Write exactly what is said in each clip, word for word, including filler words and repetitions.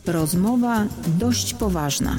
Rozmowa dość poważna.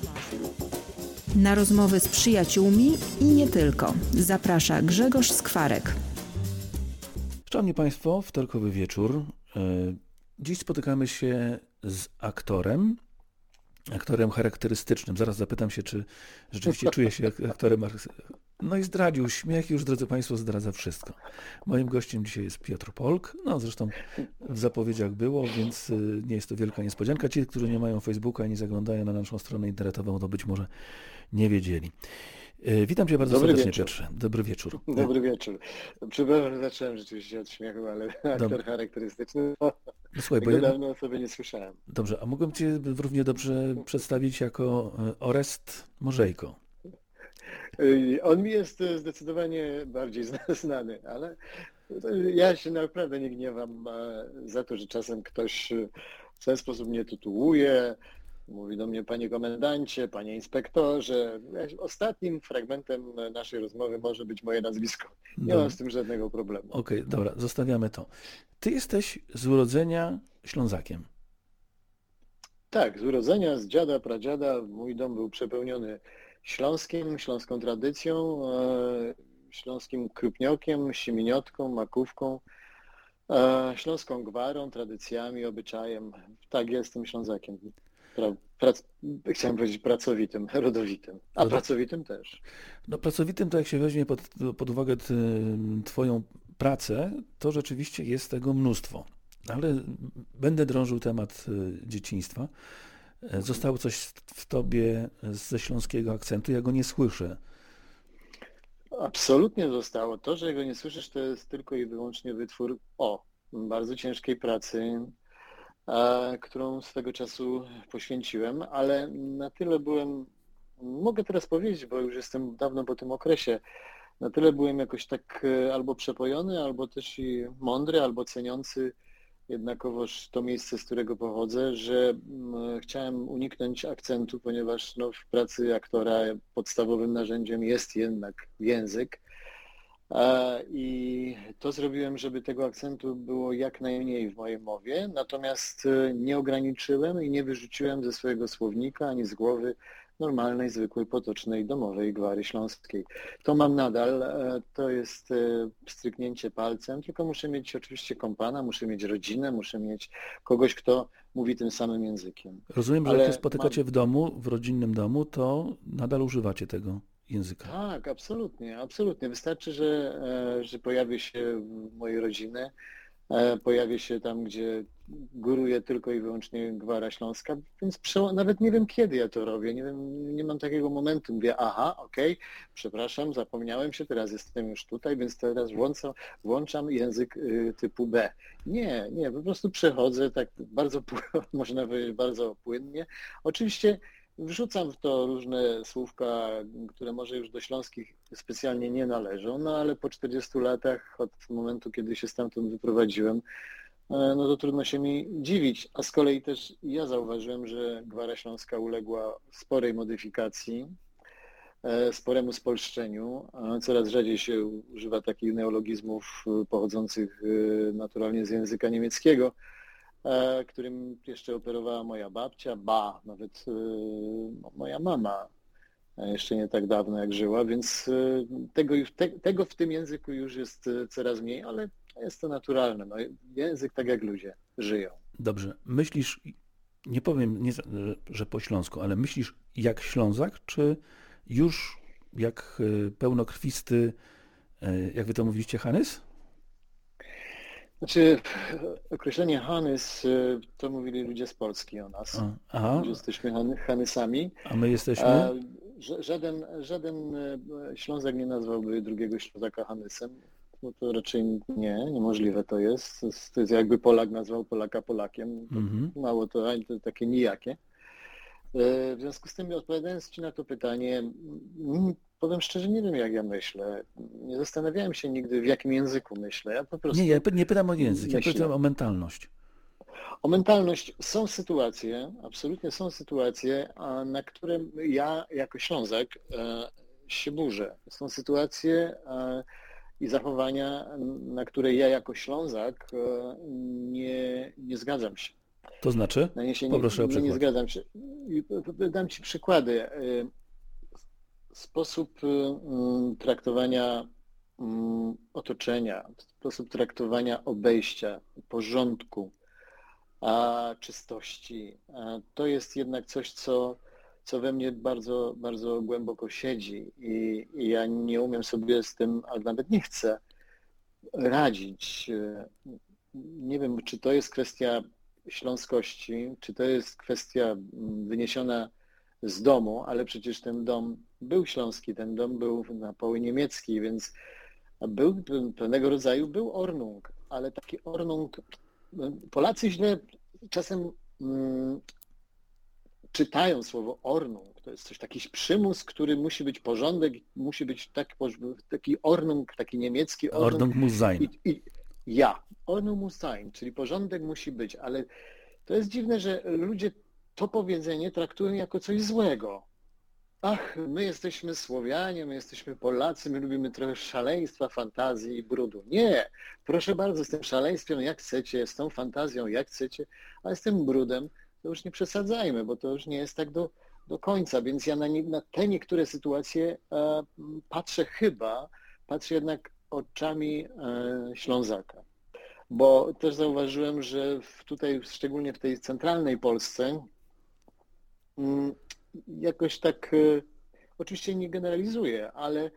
Na rozmowy z przyjaciółmi i nie tylko. Zaprasza Grzegorz Skwarek. Szanowni Państwo, wtorkowy wieczór. Dziś spotykamy się z aktorem, aktorem charakterystycznym. Zaraz zapytam się, czy rzeczywiście czuje się aktorem. No i zdradził śmiech, już drodzy Państwo, zdradza wszystko. Moim gościem dzisiaj jest Piotr Polk. No zresztą w zapowiedziach było, więc nie jest to wielka niespodzianka. Ci, którzy nie mają Facebooka i nie zaglądają na naszą stronę internetową, to być może nie wiedzieli. Witam Cię bardzo Dobry serdecznie, wieczór. Piotrze. Dobry wieczór. Dobry wieczór. Przepraszam, że zacząłem rzeczywiście od śmiechu, ale aktor Dobra. charakterystyczny, No, słuchaj, bo tego ja... dawno o sobie nie słyszałem. Dobrze, a mogłem Cię równie dobrze przedstawić jako Orest Morzejko. On mi jest zdecydowanie bardziej znany, ale ja się naprawdę nie gniewam za to, że czasem ktoś w ten sposób mnie tytułuje. Mówi do mnie: panie komendancie, panie inspektorze. Ostatnim fragmentem naszej rozmowy może być moje nazwisko. Nie Dobra. mam z tym żadnego problemu. Okej, okay, dobra, zostawiamy to. Ty jesteś z urodzenia Ślązakiem. Tak, z urodzenia, z dziada, pradziada. Mój dom był przepełniony śląskim, śląską tradycją, śląskim krupniokiem, siemieniotką, makówką, śląską gwarą, tradycjami, obyczajem. Tak, jestem Ślązakiem. Pra, prac, chciałem powiedzieć pracowitym, rodowitym, a Rod... pracowitym też. No pracowitym to jak się weźmie pod, pod uwagę t, Twoją pracę, to rzeczywiście jest tego mnóstwo. Ale będę drążył temat dzieciństwa. Zostało coś w Tobie ze śląskiego akcentu, ja go nie słyszę. Absolutnie zostało. To, że go nie słyszysz, to jest tylko i wyłącznie wytwór o bardzo ciężkiej pracy, którą swego czasu poświęciłem, ale na tyle byłem, mogę teraz powiedzieć, bo już jestem dawno po tym okresie, na tyle byłem jakoś tak albo przepojony, albo też i mądry, albo ceniący jednakowoż to miejsce, z którego pochodzę, że chciałem uniknąć akcentu, ponieważ no, w pracy aktora podstawowym narzędziem jest jednak język. I to zrobiłem, żeby tego akcentu było jak najmniej w mojej mowie, natomiast nie ograniczyłem i nie wyrzuciłem ze swojego słownika ani z głowy normalnej, zwykłej, potocznej, domowej gwary śląskiej. To mam nadal, to jest stryknięcie palcem, tylko muszę mieć oczywiście kompana, muszę mieć rodzinę, muszę mieć kogoś, kto mówi tym samym językiem. Rozumiem, że Ale jak się spotykacie mam... w domu, w rodzinnym domu, to nadal używacie tego języka. Tak, absolutnie, absolutnie. Wystarczy, że, że pojawi się w mojej rodzinie, pojawi się tam, gdzie góruje tylko i wyłącznie gwara śląska, więc prze... nawet nie wiem, kiedy ja to robię, nie wiem, nie mam takiego momentu. Mówię: aha, okej, okay, przepraszam, zapomniałem się, teraz jestem już tutaj, więc teraz włączam, włączam język typu B. Nie, nie, po prostu przechodzę tak bardzo, można powiedzieć, bardzo płynnie. Oczywiście wrzucam w to różne słówka, które może już do śląskich specjalnie nie należą, no ale po czterdziestu latach od momentu, kiedy się stamtąd wyprowadziłem, no to trudno się mi dziwić. A z kolei też ja zauważyłem, że gwara śląska uległa sporej modyfikacji, sporemu spolszczeniu. Coraz rzadziej się używa takich neologizmów pochodzących naturalnie z języka niemieckiego, którym jeszcze operowała moja babcia, ba, nawet moja mama jeszcze nie tak dawno jak żyła, więc tego, już, te, tego w tym języku już jest coraz mniej, ale jest to naturalne. No, język tak jak ludzie żyją. Dobrze. Myślisz, nie powiem, nie, że po śląsku, ale myślisz jak Ślązak, czy już jak pełnokrwisty, jak wy to mówiliście, Hanys? Znaczy, określenie Hanys to mówili ludzie z Polski o nas. Aha. Że jesteśmy Hanysami. A my jesteśmy? A żaden, żaden Ślązak nie nazwałby drugiego Ślązaka Hanysem. No to raczej nie, niemożliwe to jest. To jest jakby Polak nazwał Polaka Polakiem. To mm-hmm. Mało to, to takie nijakie. W związku z tym, odpowiadając Ci na to pytanie, powiem szczerze, nie wiem, jak ja myślę. Nie zastanawiałem się nigdy, w jakim języku myślę. Ja po prostu nie, ja nie pytam o język, myślę. ja pytam o mentalność. O mentalność. Są sytuacje, absolutnie są sytuacje, na które ja jako Ślązak się burzę. Są sytuacje i zachowania, na które ja jako Ślązak nie, nie zgadzam się. To znaczy? No nie, się Poproszę nie, o no przykład. nie zgadzam się. Dam Ci przykłady. Sposób traktowania otoczenia, sposób traktowania obejścia, porządku, a czystości, to jest jednak coś, co, co we mnie bardzo, bardzo głęboko siedzi i, i ja nie umiem sobie z tym, ale nawet nie chcę radzić. Nie wiem, czy to jest kwestia śląskości, czy to jest kwestia wyniesiona z domu, ale przecież ten dom był śląski, ten dom był na poły niemiecki, więc był pewnego rodzaju był Ordnung, ale taki Ordnung, Polacy źle czasem mm, czytają słowo Ordnung, to jest coś, jakiś przymus, który musi być porządek, musi być taki, taki Ordnung, taki niemiecki Ordnung. Ordnung muss sein. I, i, ja, Ordnung muss sein, czyli porządek musi być, ale to jest dziwne, że ludzie to powiedzenie traktują jako coś złego. Ach, my jesteśmy Słowianie, my jesteśmy Polacy, my lubimy trochę szaleństwa, fantazji i brudu. Nie, proszę bardzo, z tym szaleństwem jak chcecie, z tą fantazją jak chcecie, ale z tym brudem to już nie przesadzajmy, bo to już nie jest tak do, do końca. Więc ja na, nie, na te niektóre sytuacje e, patrzę chyba, patrzę jednak oczami e, Ślązaka. Bo też zauważyłem, że w tutaj, szczególnie w tej centralnej Polsce, m, jakoś tak, e, oczywiście nie generalizuję, ale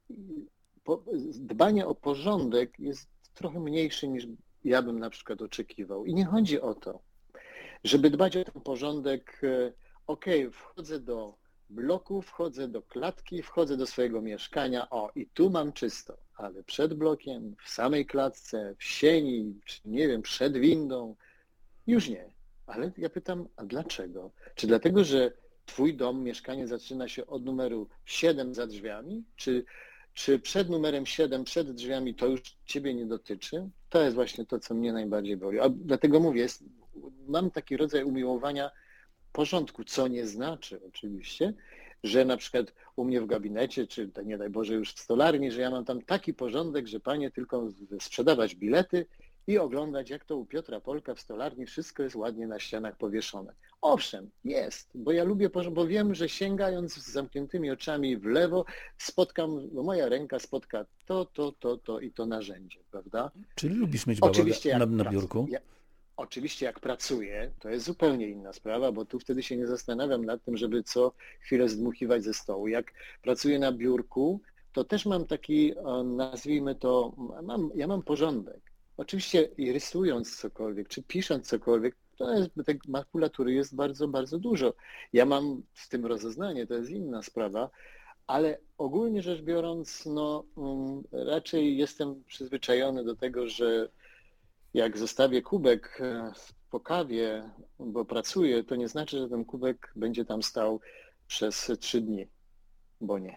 po, dbanie o porządek jest trochę mniejsze niż ja bym na przykład oczekiwał. I nie chodzi o to, żeby dbać o ten porządek, e, okej, okay, wchodzę do bloku, wchodzę do klatki, wchodzę do swojego mieszkania, o i tu mam czysto, ale przed blokiem, w samej klatce, w sieni, czy nie wiem, przed windą, już nie. Ale ja pytam, a dlaczego? Czy dlatego, że twój dom, mieszkanie zaczyna się od numeru siedem za drzwiami? Czy, czy przed numerem siedem, przed drzwiami to już ciebie nie dotyczy? To jest właśnie to, co mnie najbardziej boli. A dlatego mówię, jest, mam taki rodzaj umiłowania porządku, co nie znaczy oczywiście, że na przykład u mnie w gabinecie, czy nie daj Boże już w stolarni, że ja mam tam taki porządek, że panie tylko sprzedawać bilety i oglądać, jak to u Piotra Polka w stolarni wszystko jest ładnie na ścianach powieszone. Owszem, jest, bo ja lubię porządek, bo wiem, że sięgając z zamkniętymi oczami w lewo spotkam, bo moja ręka spotka to, to, to, to i to narzędzie, prawda? Czyli lubisz mieć bałagę na, na biurku? Ja, Oczywiście jak pracuję, to jest zupełnie inna sprawa, bo tu wtedy się nie zastanawiam nad tym, żeby co chwilę zdmuchiwać ze stołu. Jak pracuję na biurku, to też mam taki, nazwijmy to, mam, ja mam porządek. Oczywiście rysując cokolwiek, czy pisząc cokolwiek, to jest, tej makulatury jest bardzo, bardzo dużo. Ja mam z tym rozeznanie, to jest inna sprawa, ale ogólnie rzecz biorąc, no raczej jestem przyzwyczajony do tego, że jak zostawię kubek po kawie, bo pracuję, to nie znaczy, że ten kubek będzie tam stał przez trzy dni, bo nie.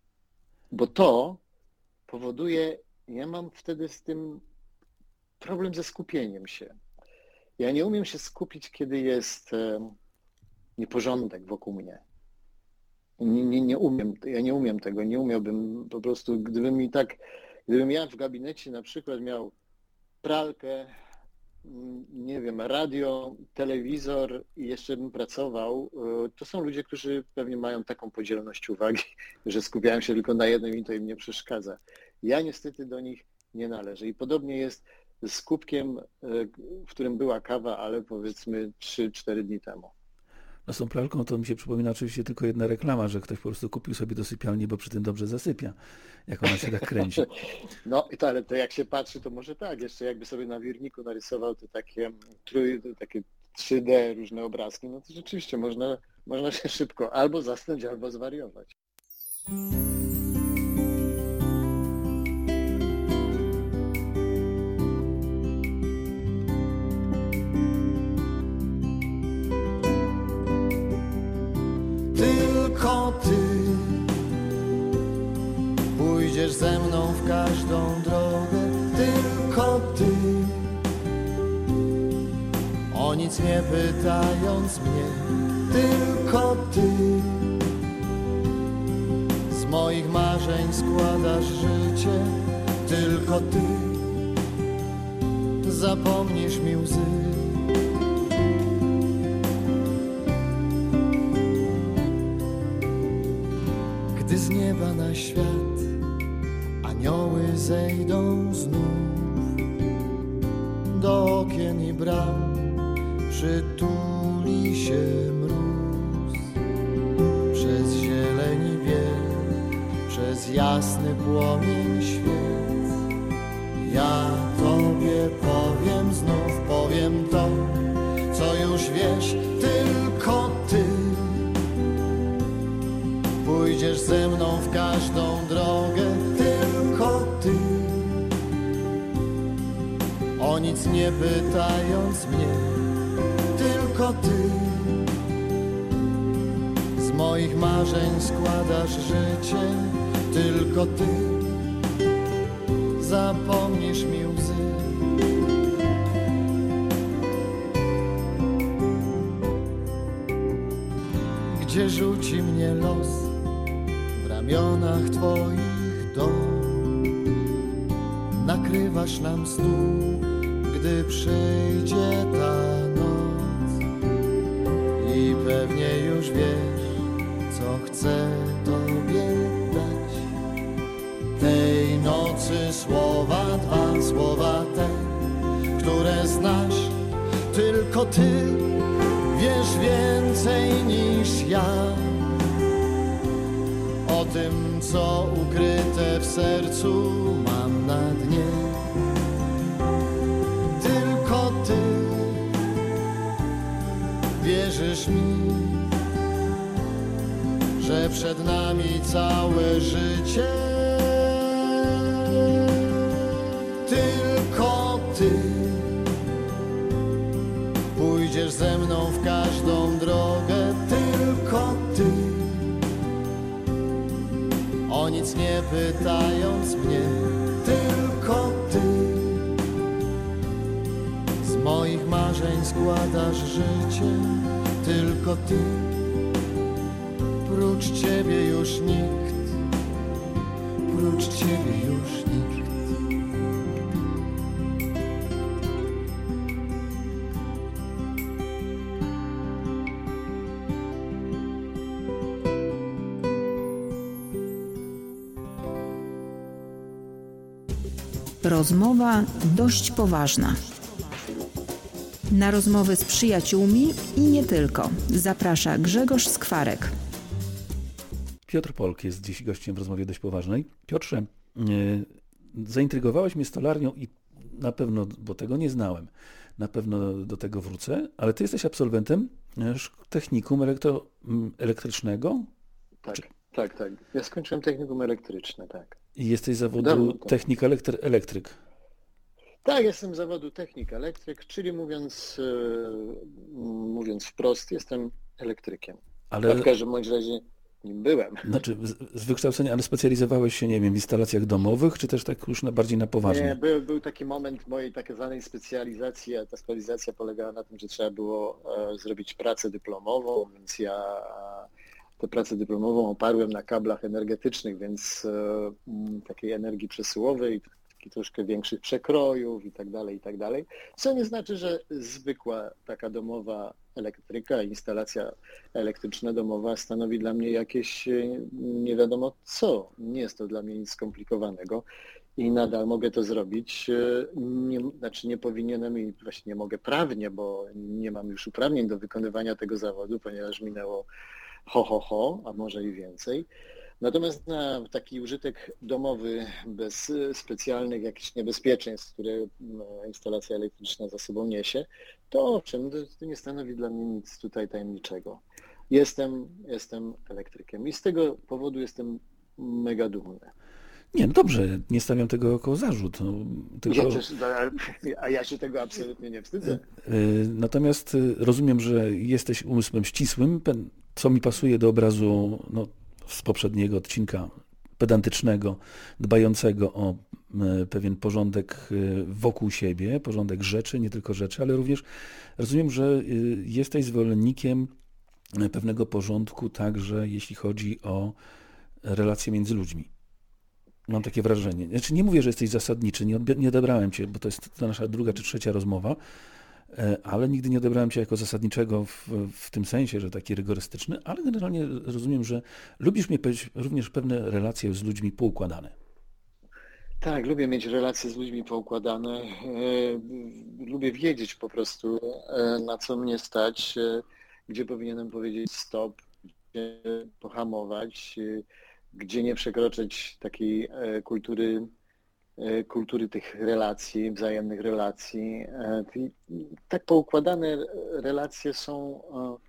Bo to powoduje, ja mam wtedy z tym problem ze skupieniem się. Ja nie umiem się skupić, kiedy jest nieporządek wokół mnie. Nie, nie, nie umiem, ja nie umiem tego, nie umiałbym po prostu, gdybym mi tak, gdybym ja w gabinecie na przykład miał pralkę, nie wiem, radio, telewizor i jeszcze bym pracował, to są ludzie, którzy pewnie mają taką podzielność uwagi, że skupiają się tylko na jednym i to im nie przeszkadza. Ja niestety do nich nie należę. I podobnie jest z kubkiem, w którym była kawa, ale powiedzmy trzy cztery dni temu. No z tą pralką to mi się przypomina oczywiście tylko jedna reklama, że ktoś po prostu kupił sobie do sypialni, bo przy tym dobrze zasypia, jak ona się tak kręci. No i to, ale to jak się patrzy, to może tak, jeszcze jakby sobie na wirniku narysował te takie, trój, takie trzy D różne obrazki, no to rzeczywiście można, można się szybko albo zasnąć, albo zwariować. Tylko ty pójdziesz ze mną w każdą drogę, tylko ty, o nic nie pytając mnie, tylko ty, z moich marzeń składasz życie, tylko ty, zapomnisz mi łzy. nieba na świat anioły zejdą znów, do okien i bram przytuli się mróz. Przez zieleni biel, przez jasny płomień świec, ja Tobie powiem znów, powiem to, co już wiesz, tylko Ty. Pójdziesz ze mną w każdą drogę, tylko Ty. O nic nie pytając mnie, tylko Ty. Z moich marzeń składasz życie, tylko Ty. Zapomnisz mi łzy. Gdzie rzuci mnie los, w ramionach Twoich dom. Nakrywasz nam stół, gdy przyjdzie ta noc. I pewnie już wiesz, co chcę Tobie dać. Tej nocy słowa dwa, słowa te, które znasz tylko Ty. Wiesz więcej niż ja o tym, co ukryte w sercu mam na dnie. Tylko Ty wierzysz mi, że przed nami całe życie. Tylko Ty pójdziesz ze mną w każdą drogę, tylko Ty. O nic nie pytając mnie, tylko Ty. Z moich marzeń składasz życie, tylko Ty. Prócz Ciebie już nikt, prócz Ciebie już nikt. Rozmowa dość poważna. Na rozmowy z przyjaciółmi i nie tylko zaprasza Grzegorz Skwarek. Piotr Polk jest dziś gościem w rozmowie dość poważnej. Piotrze, yy, zaintrygowałeś mnie stolarnią i na pewno, bo tego nie znałem, na pewno do tego wrócę, ale ty jesteś absolwentem technikum elektro, elektrycznego? Tak, Czy... tak, tak. Ja skończyłem technikum elektryczne, tak. I jesteś z zawodu Dawno, tak. technik elektry, elektryk. Tak, jestem z zawodu technik elektryk, czyli mówiąc, yy, mówiąc wprost, jestem elektrykiem. Ale... A w każdym bądź razie nim byłem. Znaczy z, z wykształcenia, ale specjalizowałeś się, nie wiem, w instalacjach domowych, czy też tak już na, bardziej na poważnie? Nie, był, był taki moment mojej tak zwanej specjalizacji, a ta specjalizacja polegała na tym, że trzeba było e, zrobić pracę dyplomową, więc ja tę pracę dyplomową oparłem na kablach energetycznych, więc e, m, takiej energii przesyłowej, troszkę większych przekrojów i tak dalej, i tak dalej. Co nie znaczy, że zwykła taka domowa elektryka, instalacja elektryczna domowa stanowi dla mnie jakieś nie wiadomo co. Nie jest to dla mnie nic skomplikowanego i nadal mogę to zrobić. Nie, znaczy nie powinienem i właśnie nie mogę prawnie, bo nie mam już uprawnień do wykonywania tego zawodu, ponieważ minęło ho, ho, ho, a może i więcej. Natomiast na taki użytek domowy bez specjalnych jakichś niebezpieczeństw, które instalacja elektryczna za sobą niesie, to owszem, to nie stanowi dla mnie nic tutaj tajemniczego. Jestem, jestem elektrykiem i z tego powodu jestem mega dumny. Nie, no dobrze, nie stawiam tego jako zarzut. No, tylko... ja też, a ja się tego absolutnie nie wstydzę. Natomiast rozumiem, że jesteś umysłem ścisłym, co mi pasuje do obrazu no, z poprzedniego odcinka pedantycznego, dbającego o pewien porządek wokół siebie, porządek rzeczy, nie tylko rzeczy, ale również rozumiem, że jesteś zwolennikiem pewnego porządku także jeśli chodzi o relacje między ludźmi. Mam takie wrażenie. Znaczy nie mówię, że jesteś zasadniczy, nie, odbi- nie odebrałem cię, bo to jest to nasza druga czy trzecia rozmowa, ale nigdy nie odebrałem cię jako zasadniczego w, w tym sensie, że taki rygorystyczny, ale generalnie rozumiem, że lubisz mieć również pewne relacje z ludźmi poukładane. Tak, lubię mieć relacje z ludźmi poukładane. Lubię wiedzieć po prostu, na co mnie stać, gdzie powinienem powiedzieć stop, gdzie pohamować, gdzie nie przekroczyć takiej kultury, kultury tych relacji, wzajemnych relacji. Tak poukładane relacje są,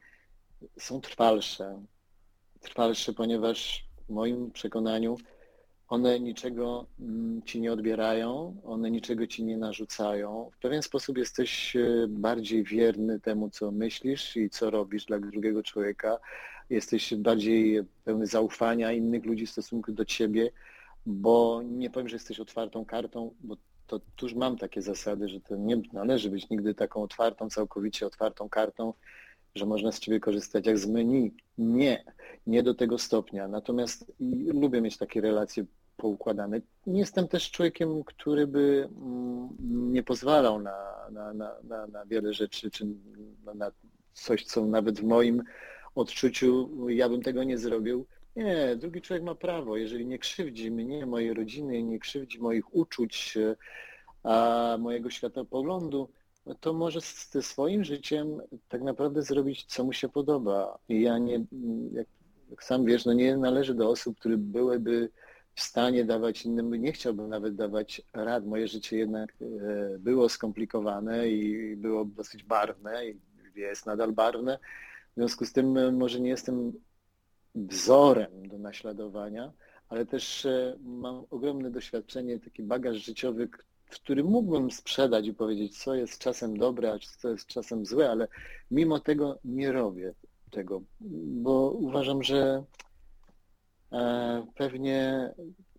są trwalsze. Trwalsze, ponieważ w moim przekonaniu one niczego ci nie odbierają, one niczego ci nie narzucają. W pewien sposób jesteś bardziej wierny temu, co myślisz i co robisz dla drugiego człowieka. Jesteś bardziej pełny zaufania innych ludzi w stosunku do ciebie, bo nie powiem, że jesteś otwartą kartą, bo to tuż mam takie zasady, że to nie należy być nigdy taką otwartą, całkowicie otwartą kartą, że można z ciebie korzystać jak z menu. Nie, nie do tego stopnia. Natomiast lubię mieć takie relacje poukładane. Nie jestem też człowiekiem, który by nie pozwalał na, na, na, na, na wiele rzeczy, czy na coś, co nawet w moim odczuciu ja bym tego nie zrobił. Nie, drugi człowiek ma prawo. Jeżeli nie krzywdzi mnie, mojej rodziny, nie krzywdzi moich uczuć, a mojego światopoglądu, to może ze swoim życiem tak naprawdę zrobić, co mu się podoba. I ja nie, jak, jak sam wiesz, no nie należę do osób, które byłyby w stanie dawać innym, nie chciałbym nawet dawać rad. Moje życie jednak było skomplikowane i było dosyć barwne i jest nadal barwne. W związku z tym może nie jestem wzorem do naśladowania, ale też mam ogromne doświadczenie, taki bagaż życiowy, w którym mógłbym sprzedać i powiedzieć, co jest czasem dobre, a co jest czasem złe, ale mimo tego nie robię tego, bo uważam, że pewnie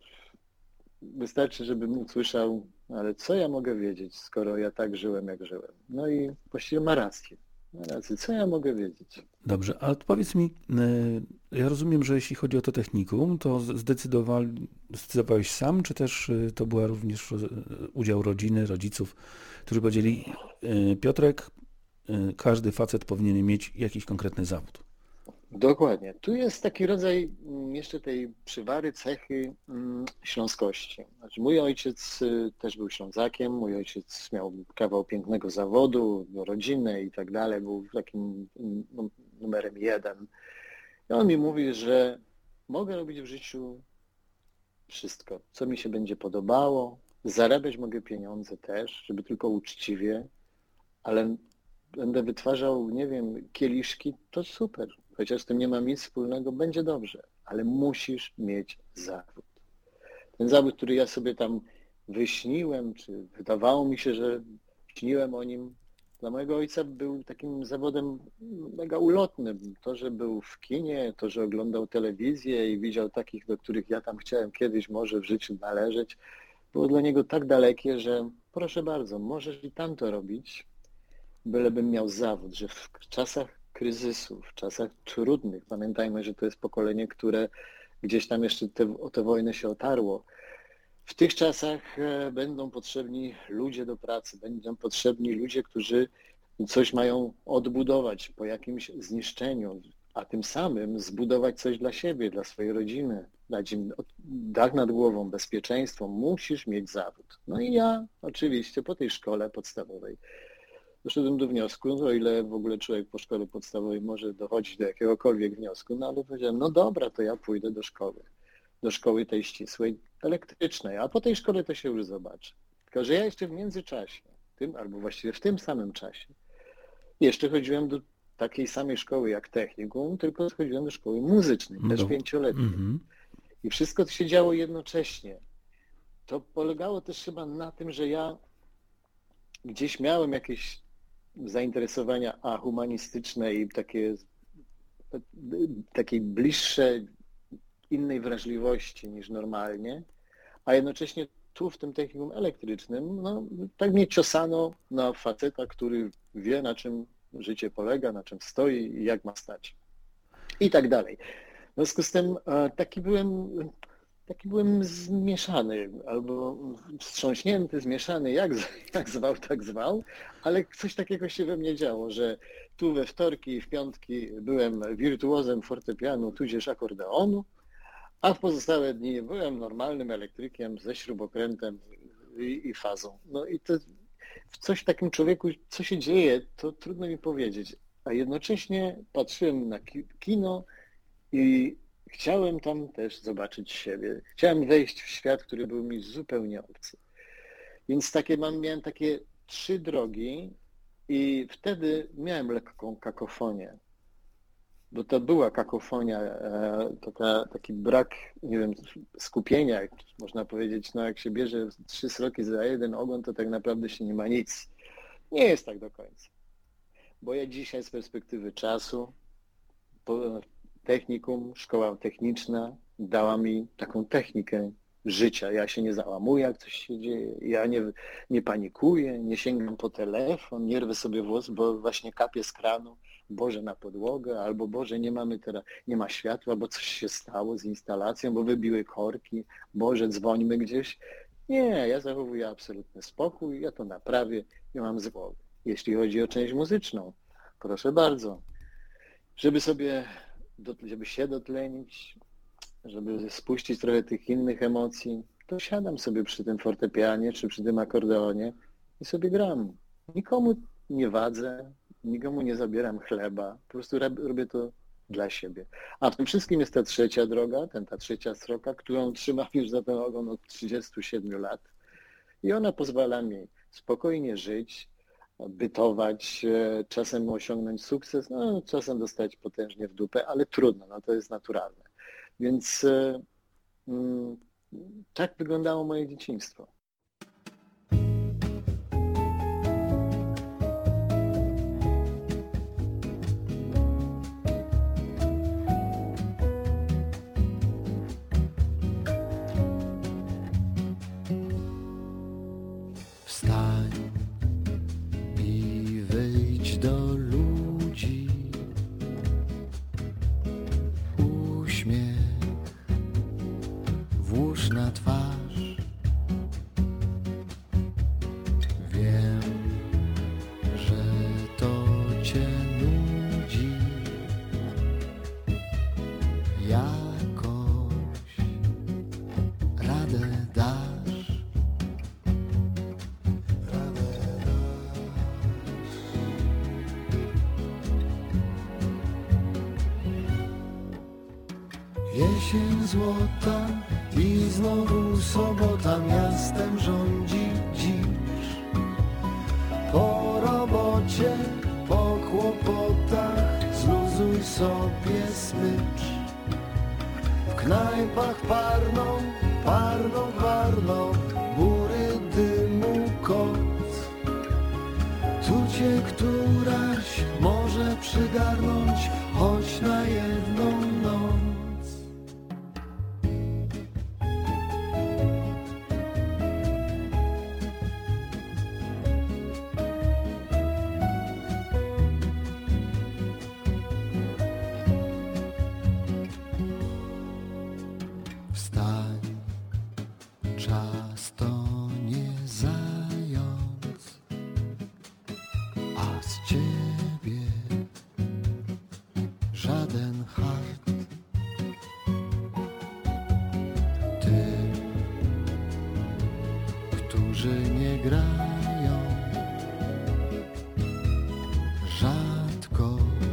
wystarczy, żebym usłyszał, ale co ja mogę wiedzieć, skoro ja tak żyłem, jak żyłem. No i właściwie ma rację. Ma rację. Co ja mogę wiedzieć? Dobrze, ale powiedz mi, ja rozumiem, że jeśli chodzi o to technikum, to zdecydowali, zdecydowałeś sam, czy też to była również udział rodziny, rodziców, którzy powiedzieli, Piotrek, każdy facet powinien mieć jakiś konkretny zawód. Dokładnie. Tu jest taki rodzaj jeszcze tej przywary, cechy śląskości. Znaczy, mój ojciec też był Ślązakiem, mój ojciec miał kawał pięknego zawodu, rodzinę i tak dalej, był takim numerem jeden. I on mi mówi, że mogę robić w życiu wszystko, co mi się będzie podobało, zarabiać mogę pieniądze też, żeby tylko uczciwie, ale będę wytwarzał, nie wiem, kieliszki, to super. Chociaż z tym nie mam nic wspólnego, będzie dobrze, ale musisz mieć zawód. Ten zawód, który ja sobie tam wyśniłem, czy wydawało mi się, że śniłem o nim, dla mojego ojca był takim zawodem mega ulotnym. To, że był w kinie, to, że oglądał telewizję i widział takich, do których ja tam chciałem kiedyś może w życiu należeć, było dla niego tak dalekie, że proszę bardzo, możesz i tam to robić, bylebym miał zawód, że w czasach kryzysu, w czasach trudnych, pamiętajmy, że to jest pokolenie, które gdzieś tam jeszcze te, o tę wojnę się otarło. W tych czasach będą potrzebni ludzie do pracy, będą potrzebni ludzie, którzy coś mają odbudować po jakimś zniszczeniu, a tym samym zbudować coś dla siebie, dla swojej rodziny, dać im dach nad głową, bezpieczeństwo. Musisz mieć zawód. No i ja oczywiście po tej szkole podstawowej doszedłem do wniosku, o ile w ogóle człowiek po szkole podstawowej może dochodzić do jakiegokolwiek wniosku, no ale powiedziałem, no dobra, to ja pójdę do szkoły, do szkoły tej ścisłej, elektrycznej, a po tej szkole to się już zobaczy. Tylko że ja jeszcze w międzyczasie, tym, albo właściwie w tym samym czasie, jeszcze chodziłem do takiej samej szkoły jak technikum, tylko chodziłem do szkoły muzycznej, też No. pięcioletniej. Mhm. I wszystko to się działo jednocześnie. To polegało też chyba na tym, że ja gdzieś miałem jakieś zainteresowania a humanistyczne i takie, takie bliższe innej wrażliwości niż normalnie, a jednocześnie tu w tym technikum elektrycznym, no tak mnie ciosano na faceta, który wie, na czym życie polega, na czym stoi i jak ma stać. I tak dalej. W związku z tym taki byłem taki byłem zmieszany, albo wstrząśnięty, zmieszany, jak, jak zwał, tak zwał, ale coś takiego się we mnie działo, że tu we wtorki i w piątki byłem wirtuozem fortepianu, tudzież akordeonu, a w pozostałe dni byłem normalnym elektrykiem ze śrubokrętem i, i fazą. No i to w coś w takim człowieku, co się dzieje, to trudno mi powiedzieć. A jednocześnie patrzyłem na kino i chciałem tam też zobaczyć siebie. Chciałem wejść w świat, który był mi zupełnie obcy. Więc takie mam, miałem takie trzy drogi i wtedy miałem lekką kakofonię. Bo to była kakofonia, taka, taki brak, nie wiem, skupienia, jak można powiedzieć, no jak się bierze trzy sroki za jeden ogon, to tak naprawdę się nie ma nic. Nie jest tak do końca. Bo ja dzisiaj z perspektywy czasu, technikum, szkoła techniczna dała mi taką technikę życia. Ja się nie załamuję, jak coś się dzieje. Ja nie, nie panikuję, nie sięgam po telefon, nie rwę sobie włos, bo właśnie kapie z kranu. Boże, na podłogę, albo Boże, nie mamy teraz, nie ma światła, bo coś się stało z instalacją, bo wybiły korki, Boże, dzwońmy gdzieś. Nie, ja zachowuję absolutny spokój, ja to naprawię i mam z głowy. Jeśli chodzi o część muzyczną, proszę bardzo, żeby sobie, żeby się dotlenić, żeby spuścić trochę tych innych emocji, to siadam sobie przy tym fortepianie, czy przy tym akordeonie i sobie gram. Nikomu nie wadzę, nikomu nie zabieram chleba, po prostu robię to dla siebie. A w tym wszystkim jest ta trzecia droga, ten, ta trzecia sroka, którą trzymam już za ten ogon od trzydziestu siedmiu lat i ona pozwala mi spokojnie żyć, bytować, czasem osiągnąć sukces, no czasem dostać potężnie w dupę, ale trudno, no to jest naturalne. Więc mm, tak wyglądało moje dzieciństwo. Wstań i wyjdź do ludzi. Uśmiech włóż na twarz. Wiem, że to cię nudzi. Jakoś radę dasz. Jesień złota i znowu sobota, miastem rządzi dziś. Po robocie, po kłopotach, zluzuj sobie smycz. W knajpach parną, parną, parną, bury dymu koc. Tu cię któraś może przygarnąć, choć na jedną noc. Wstań, czas to nie zając, a z ciebie żaden hart. Tym, którzy nie grają, rzadko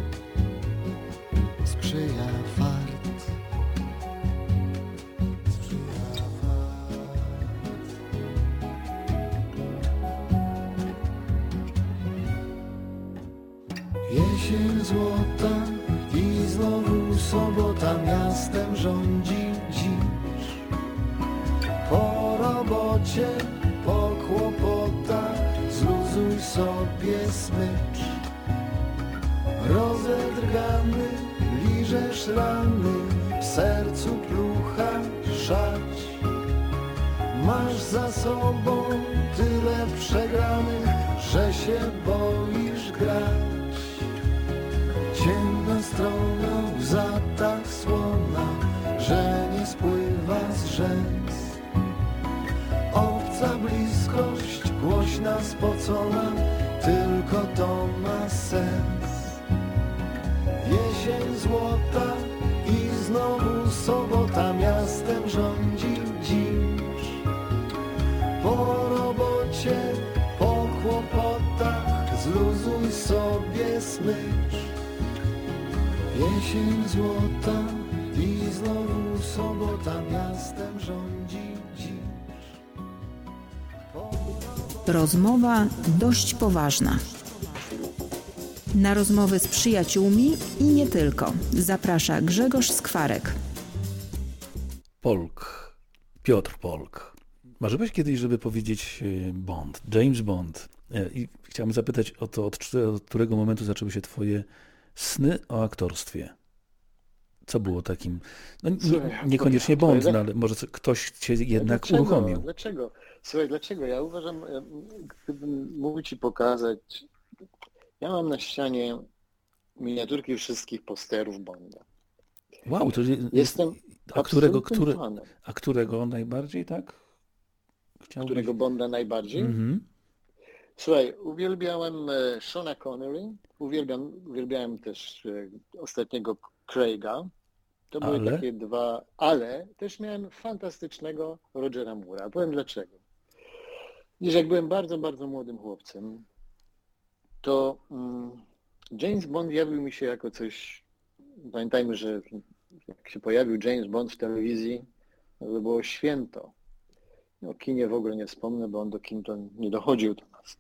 sprzyja fart. Jesień złota i znowu sobota, miastem rządzi dziś. Po robocie, po kłopotach, zluzuj sobie smycz. Rozedrgany, liżesz rany, w sercu plucha szać. Masz za sobą tyle przegranych, że się boisz grać. Ciemna strona, łza tak słona, że nie spływa z rzek. Jesień złota i znowu sobota, miastem rządzi dziś. Po robocie, po kłopotach, zluzuj sobie smycz. Jesień złota i znowu sobota, miastem rządzi dziś. Rozmowa dość poważna. Na rozmowy z przyjaciółmi i nie tylko. Zaprasza Grzegorz Skwarek. Polk, Piotr Polk. Marzyłeś kiedyś, żeby powiedzieć Bond, James Bond? I chciałem zapytać o to, od którego momentu zaczęły się twoje sny o aktorstwie? Co było takim, no nie, niekoniecznie Bond, no, ale może ktoś cię jednak dlaczego? uruchomił. Dlaczego? Słuchaj, dlaczego? Ja uważam, gdybym mógł ci pokazać, ja mam na ścianie miniaturki wszystkich posterów Bonda. Wow, to jest, Jestem a którego, absolutnym który, fanem. a którego najbardziej, tak? Chciałbyś? Którego Bonda najbardziej? Mhm. Słuchaj, uwielbiałem e, Seana Connery, uwielbiam, uwielbiałem też e, ostatniego Craiga. To były Ale? takie dwa, ale też miałem fantastycznego Rogera Moore'a. Powiem dlaczego. Dziś jak byłem bardzo, bardzo młodym chłopcem, to mm, James Bond jawił mi się jako coś, pamiętajmy, że jak się pojawił James Bond w telewizji, no to było święto. O kinie w ogóle nie wspomnę, bo on do kin to nie dochodził do nas.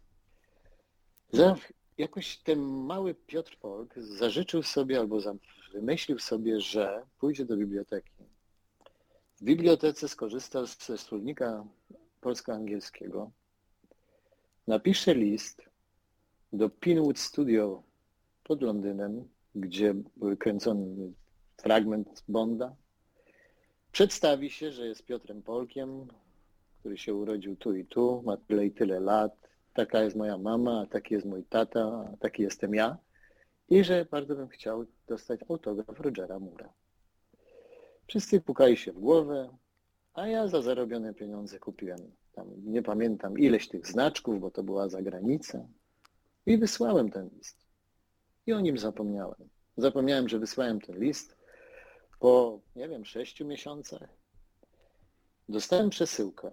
Jakoś ten mały Piotr Polk zażyczył sobie albo wymyślił sobie, że pójdzie do biblioteki. W bibliotece skorzysta ze słownika polsko-angielskiego, napisze list do Pinewood Studio pod Londynem, gdzie był kręcony fragment Bonda. Przedstawi się, że jest Piotrem Polkiem, który się urodził tu i tu, ma tyle i tyle lat, taka jest moja mama, a taki jest mój tata, a taki jestem ja. I że bardzo bym chciał dostać autograf Rogera Moore'a. Wszyscy pukali się w głowę, a ja za zarobione pieniądze kupiłem tam, nie pamiętam, ileś tych znaczków, bo to była zagranica. I wysłałem ten list. I o nim zapomniałem. Zapomniałem, że wysłałem ten list po, nie wiem, sześciu miesiącach. Dostałem przesyłkę.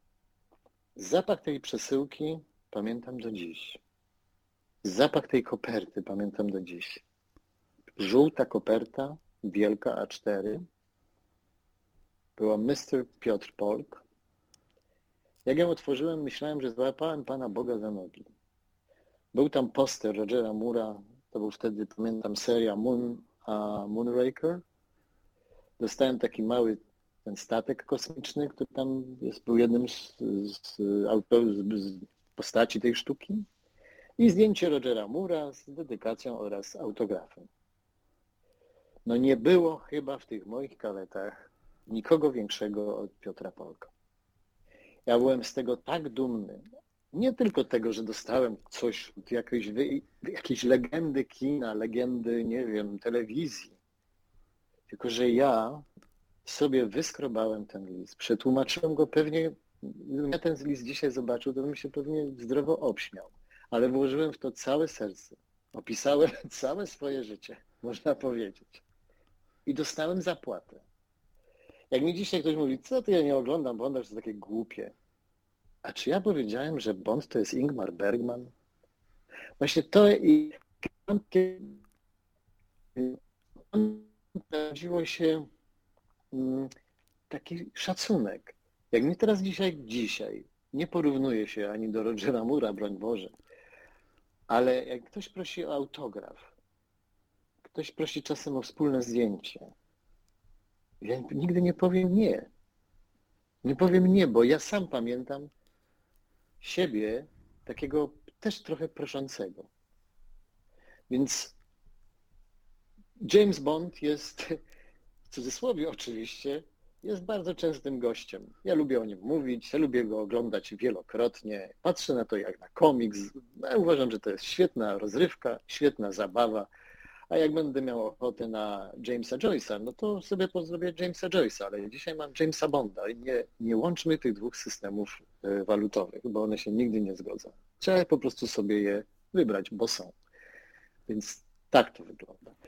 Zapach tej przesyłki pamiętam do dziś. Zapach tej koperty pamiętam do dziś. Żółta koperta, wielka A cztery. Była mister Piotr Polk. Jak ją otworzyłem, myślałem, że złapałem Pana Boga za nogi. Był tam poster Rogera Moore'a, to był wtedy, pamiętam, seria Moon, a Moonraker. Dostałem taki mały ten statek kosmiczny, który tam jest, był jednym z, z, z, z postaci tej sztuki. I zdjęcie Rogera Moore'a z dedykacją oraz autografem. No nie było chyba w tych moich kaletach nikogo większego od Piotra Polka. Ja byłem z tego tak dumny. Nie tylko tego, że dostałem coś od jakiejś, jakiejś legendy kina, legendy, nie wiem, telewizji. Tylko że ja sobie wyskrobałem ten list, przetłumaczyłem go pewnie, gdybym ja ten list dzisiaj zobaczył, to bym się pewnie zdrowo obśmiał. Ale włożyłem w to całe serce. Opisałem całe swoje życie, można powiedzieć. I dostałem zapłatę. Jak mi dzisiaj ktoś mówi, co ty, ja nie oglądam Bonda, że to takie głupie. A czy ja powiedziałem, że Bond to jest Ingmar Bergman? Właśnie to i narodziło się taki szacunek. Jak mnie teraz dzisiaj, dzisiaj nie porównuje się ani do Rogera Moore'a, broń Boże, ale jak ktoś prosi o autograf, ktoś prosi czasem o wspólne zdjęcie, ja nigdy nie powiem nie. Nie powiem nie, bo ja sam pamiętam siebie takiego też trochę proszącego. Więc James Bond jest, w cudzysłowie oczywiście, jest bardzo częstym gościem. Ja lubię o nim mówić, ja lubię go oglądać wielokrotnie. Patrzę na to jak na komiks. Ja uważam, że to jest świetna rozrywka, świetna zabawa. A jak będę miał ochotę na Jamesa Joyce'a, no to sobie pozdrowię Jamesa Joyce'a, ale dzisiaj mam Jamesa Bonda i nie, nie łączmy tych dwóch systemów walutowych, bo one się nigdy nie zgodzą. Trzeba po prostu sobie je wybrać, bo są. Więc tak to wygląda.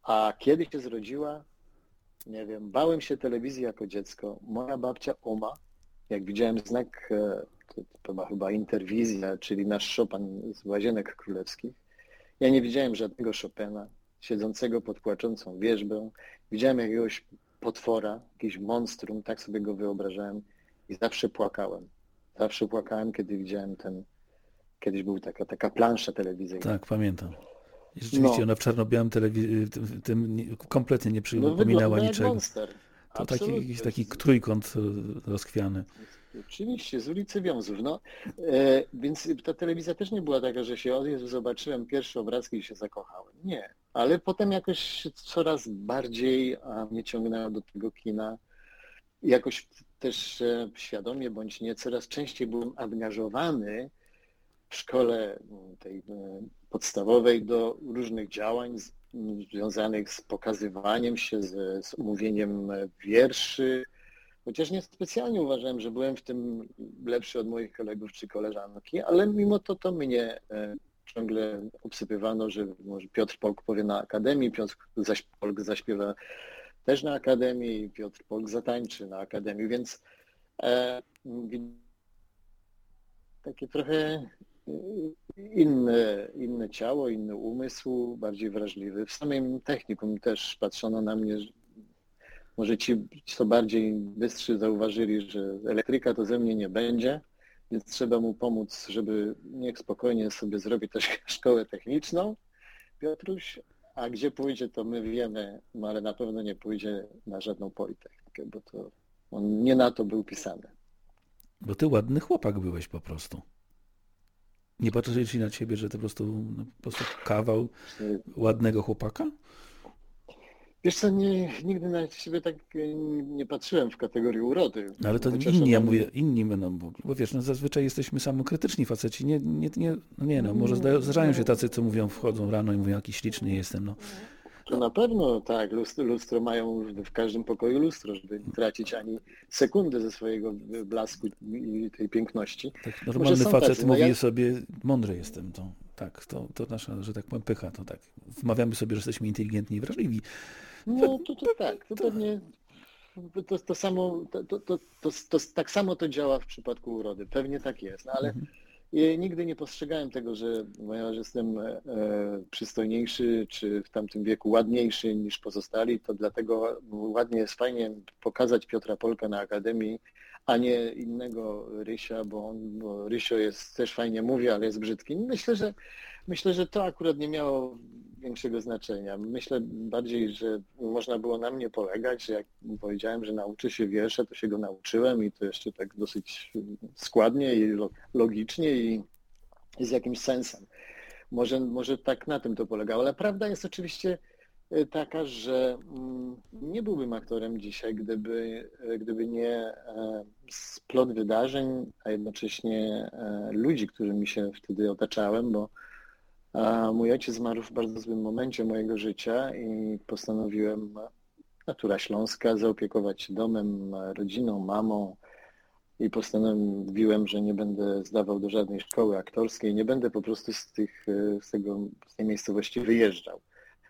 A kiedy się zrodziła, nie wiem, bałem się telewizji jako dziecko. Moja babcia Oma, jak widziałem znak, e, to, to była chyba Interwizja, czyli nasz Chopin z Łazienek Królewskich, ja nie widziałem żadnego Chopina siedzącego pod płaczącą wierzbą. Widziałem jakiegoś potwora, jakiś monstrum, tak sobie go wyobrażałem i zawsze płakałem. Zawsze płakałem, kiedy widziałem ten, kiedyś była taka, taka plansza telewizyjna. Tak, pamiętam. I rzeczywiście No. ona w czarno-białym telewi- tym, tym nie- kompletnie nie No przypominała wygląda jak niczego. monster. To taki, Absolutnie. jakiś taki trójkąt e, rozchwiany. Oczywiście, z ulicy Wiązów. No, e, więc ta telewizja też nie była taka, że się od Jezu zobaczyłem pierwsze obrazki i się zakochałem. Nie, ale potem jakoś coraz bardziej a, mnie ciągnęło do tego kina. Jakoś też e, świadomie bądź nie, coraz częściej byłem angażowany w szkole tej e, podstawowej do różnych działań z, m, związanych z pokazywaniem się, z, z mówieniem wierszy. Chociaż nie specjalnie uważałem, że byłem w tym lepszy od moich kolegów czy koleżanki, ale mimo to to mnie e, ciągle obsypywano, że może Piotr Polk powie na Akademii, Piotr zaś, Polk zaśpiewa też na Akademii, Piotr Polk zatańczy na Akademii, więc e, takie trochę inne, inne ciało, inny umysł, bardziej wrażliwy. W samym technikum też patrzono na mnie, że może ci, co bardziej bystrzy zauważyli, że elektryka to ze mnie nie będzie, więc trzeba mu pomóc, żeby niech spokojnie sobie zrobi też szkołę techniczną, Piotruś, a gdzie pójdzie, to my wiemy, no ale na pewno nie pójdzie na żadną politechnikę, bo to on nie na to był pisany. Bo ty ładny chłopak byłeś po prostu. Nie patrzyli ci na ciebie, że to po prostu, no, po prostu kawał ładnego chłopaka? Wiesz co, nie, nigdy na siebie tak nie patrzyłem w kategorii urody. No ale to Chociaż inni, ja mam- mówię, inni będą, bo, bo wiesz, no zazwyczaj jesteśmy samokrytyczni faceci, nie, nie, nie, no nie no, może zdają, zdarzają się tacy, co mówią, wchodzą rano i mówią, jaki śliczny jestem, no. To na pewno tak, lustro, lustro mają w każdym pokoju lustro, żeby nie tracić ani sekundy ze swojego blasku i tej piękności. Tak normalny są facet tacy, no mówi ja- sobie, mądry jestem, to tak, to, to nasza, że tak powiem, pycha, to tak. Wmawiamy sobie, że jesteśmy inteligentni i wrażliwi. No to, to tak, to pewnie to, to samo, to, to, to, to, to tak samo to działa w przypadku urody, pewnie tak jest, no ale ja nigdy nie postrzegałem tego, że ponieważ jestem e, przystojniejszy, czy w tamtym wieku ładniejszy niż pozostali, to dlatego ładnie jest fajnie pokazać Piotra Polka na Akademii, a nie innego Rysia, bo, on, bo Rysio jest, też fajnie mówi, ale jest brzydki. Myślę, że myślę, że to akurat nie miało większego znaczenia. Myślę bardziej, że można było na mnie polegać, że jak powiedziałem, że nauczę się wiersze, to się go nauczyłem i to jeszcze tak dosyć składnie i lo- logicznie i, i z jakimś sensem. Może, może tak na tym to polegało, ale prawda jest oczywiście taka, że mm, nie byłbym aktorem dzisiaj, gdyby, gdyby nie e, splot wydarzeń, a jednocześnie e, ludzi, którymi się wtedy otaczałem, bo a mój ojciec zmarł w bardzo złym momencie mojego życia i postanowiłem, natura śląska, zaopiekować się domem, rodziną, mamą i postanowiłem, że nie będę zdawał do żadnej szkoły aktorskiej, nie będę po prostu z, tych, z, tego, z tej miejscowości wyjeżdżał.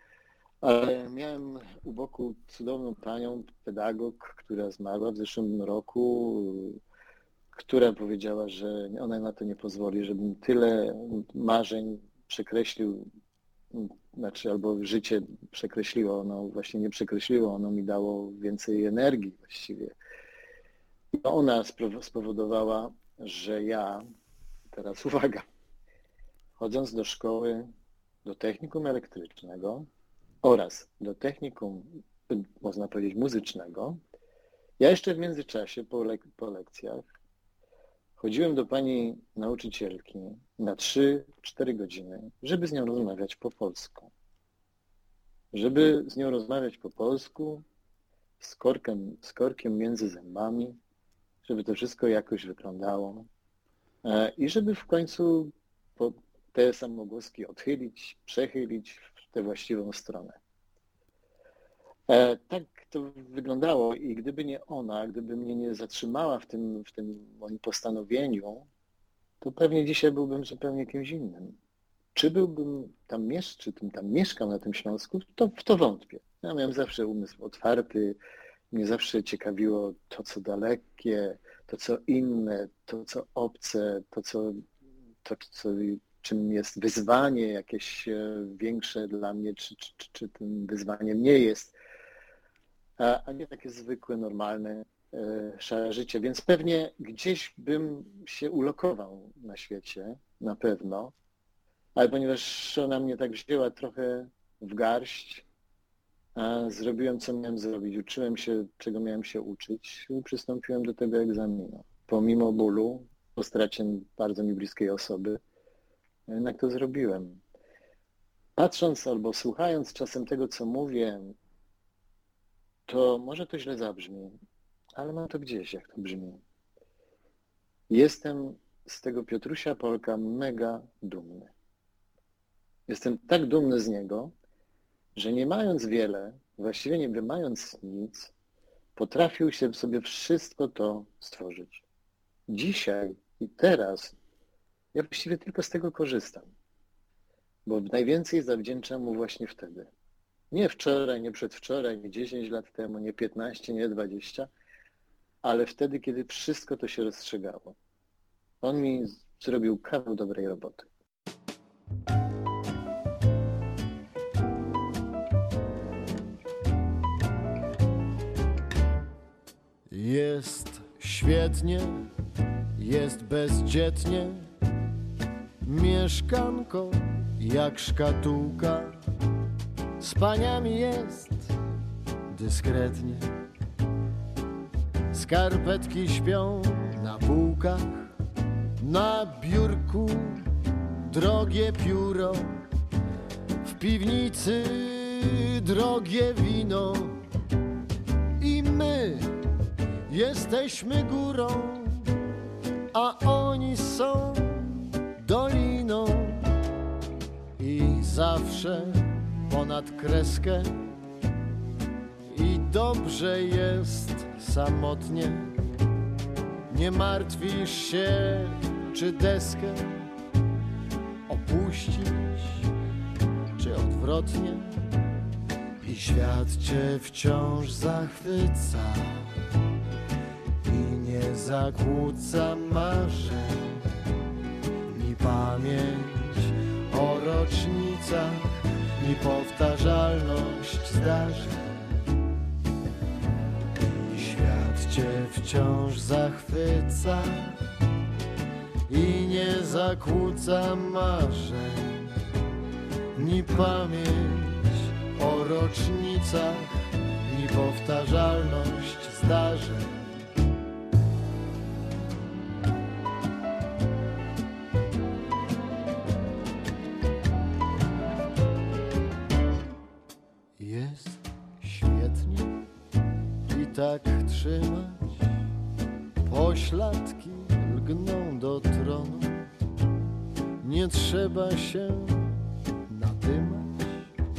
Ale miałem u boku cudowną panią, pedagog, która zmarła w zeszłym roku, która powiedziała, że ona na to nie pozwoli, żebym tyle marzeń przekreślił, znaczy albo życie przekreśliło, ono właśnie nie przekreśliło, ono mi dało więcej energii właściwie. I ona spowodowała, że ja, teraz uwaga, chodząc do szkoły, do technikum elektrycznego oraz do technikum, można powiedzieć, muzycznego, ja jeszcze w międzyczasie po, lek- po lekcjach chodziłem do pani nauczycielki na trzy cztery godziny, żeby z nią rozmawiać po polsku. Żeby z nią rozmawiać po polsku, z korkiem, z korkiem między zębami, żeby to wszystko jakoś wyglądało e, i żeby w końcu po te samogłoski odchylić, przechylić w tę właściwą stronę. E, tak to wyglądało i gdyby nie ona, gdyby mnie nie zatrzymała w tym, w tym moim postanowieniu, to pewnie dzisiaj byłbym zupełnie kimś innym. Czy byłbym tam mieszkał, czy tym tam mieszkał na tym Śląsku, to w to wątpię. Ja miałem zawsze umysł otwarty, mnie zawsze ciekawiło to, co dalekie, to, co inne, to, co obce, to, co, to, co czym jest wyzwanie jakieś większe dla mnie, czy, czy, czy, czy tym wyzwaniem nie jest, a, a nie takie zwykłe, normalne, e, szare życie. Więc pewnie gdzieś bym się ulokował na świecie, na pewno, ale ponieważ ona mnie tak wzięła trochę w garść, a zrobiłem, co miałem zrobić, uczyłem się, czego miałem się uczyć i przystąpiłem do tego egzaminu. Pomimo bólu, po stracie bardzo mi bliskiej osoby, jednak to zrobiłem. Patrząc albo słuchając czasem tego, co mówię, to może to źle zabrzmi, ale mam to gdzieś, jak to brzmi. Jestem z tego Piotrusia Polka mega dumny. Jestem tak dumny z niego, że nie mając wiele, właściwie nie mając nic, potrafił się sobie wszystko to stworzyć. Dzisiaj i teraz ja właściwie tylko z tego korzystam, bo najwięcej zawdzięczam mu właśnie wtedy. Nie wczoraj, nie przedwczoraj, nie dziesięć lat temu, nie piętnaście, nie dwadzieścia, ale wtedy, kiedy wszystko to się rozstrzygało. On mi zrobił kawał dobrej roboty. Jest świetnie, jest bezdzietnie, mieszkanko jak szkatułka, z paniami jest dyskretnie, skarpetki śpią na półkach, na biurku drogie pióro, w piwnicy drogie wino i my jesteśmy górą, a oni są doliną i zawsze ponad kreskę i dobrze jest samotnie. Nie martwisz się, czy deskę opuścić, czy odwrotnie. I świat cię wciąż zachwyca i nie zakłóca marzeń, ni pamięć o rocznicach, ni powtarzalność zdarzeń. I świat cię wciąż zachwyca i nie zakłóca marzeń, ni pamięć o rocznicach, ni powtarzalność zdarzeń. Jest świetnie i tak trzymać, pośladki lgną do tronu, nie trzeba się nadymać,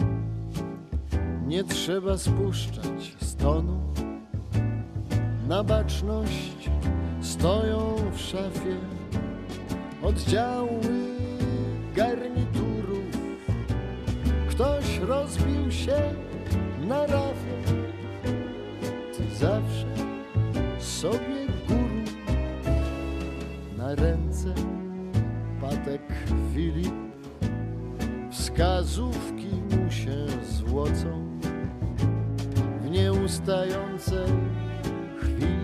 nie trzeba spuszczać z tonu. Na baczność stoją w szafie oddziały garniturów. Ktoś rozbił się na rafie, ty zawsze sobie guru. Na ręce patek Filip, wskazówki mu się złocą w nieustającej chwili.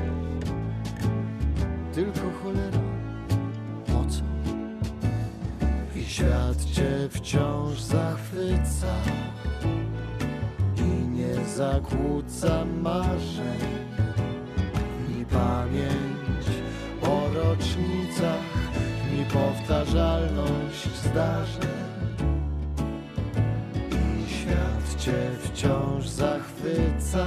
Tylko cholera, po co? I świat cię wciąż zachwyca i nie zakłóca marzeń, ni pamięć o rocznicach, ni powtarzalność zdarzeń. I świat cię wciąż zachwyca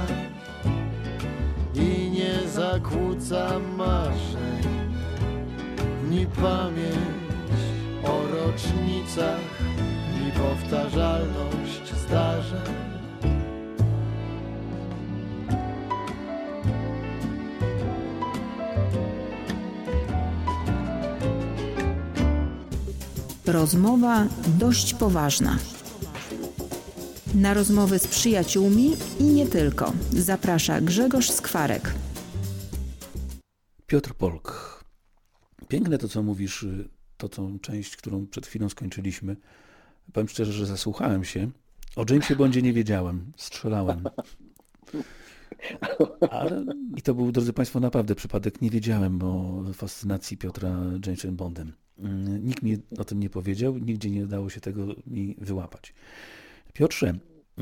i nie zakłóca marzeń, ni pamięć o rocznicach, ni powtarzalność zdarzeń. Rozmowa dość poważna. Na rozmowy z przyjaciółmi i nie tylko. Zaprasza Grzegorz Skwarek. Piotr Polk. Piękne to, co mówisz, to tą część, którą przed chwilą skończyliśmy. Powiem szczerze, że zasłuchałem się. O Jamesie Bondzie nie wiedziałem. Strzelałem. Ale i to był, drodzy Państwo, naprawdę przypadek. Nie wiedziałem o fascynacji Piotra Jamesem Bondem. Nikt mi o tym nie powiedział, nigdzie nie dało się tego mi wyłapać. Piotrze,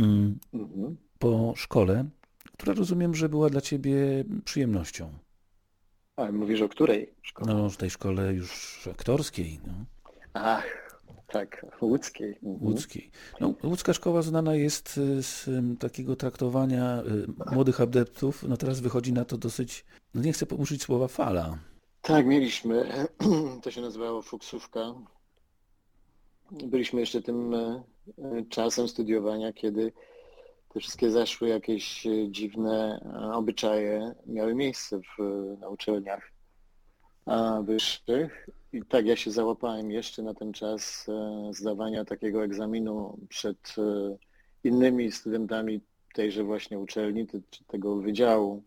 po szkole, która rozumiem, że była dla Ciebie przyjemnością. A mówisz o której szkole? No, w tej szkole już aktorskiej. No. Ach, tak, łódzkiej. Łódzkiej. No, łódzka szkoła znana jest z takiego traktowania młodych adeptów. No teraz wychodzi na to dosyć, no nie chcę użyć słowa fala. Tak, mieliśmy. To się nazywało fuksówka. Byliśmy jeszcze tym czasem studiowania, kiedy te wszystkie zaszły jakieś dziwne obyczaje miały miejsce w, na uczelniach wyższych. I tak ja się załapałem jeszcze na ten czas zdawania takiego egzaminu przed innymi studentami tejże właśnie uczelni, czy tego wydziału.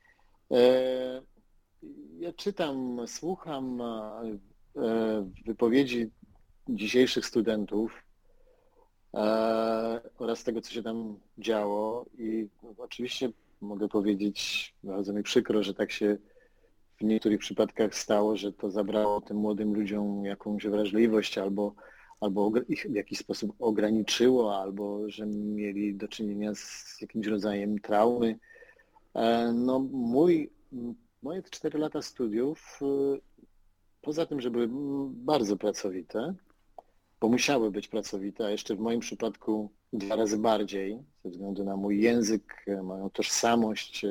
Ja czytam, słucham wypowiedzi dzisiejszych studentów oraz tego, co się tam działo i oczywiście mogę powiedzieć, bardzo mi przykro, że tak się w niektórych przypadkach stało, że to zabrało tym młodym ludziom jakąś wrażliwość albo, albo ich w jakiś sposób ograniczyło, albo że mieli do czynienia z jakimś rodzajem traumy. No mój, moje cztery lata studiów, poza tym, że były bardzo pracowite, bo musiały być pracowite, a jeszcze w moim przypadku dwa razy bardziej, ze względu na mój język, moją tożsamość,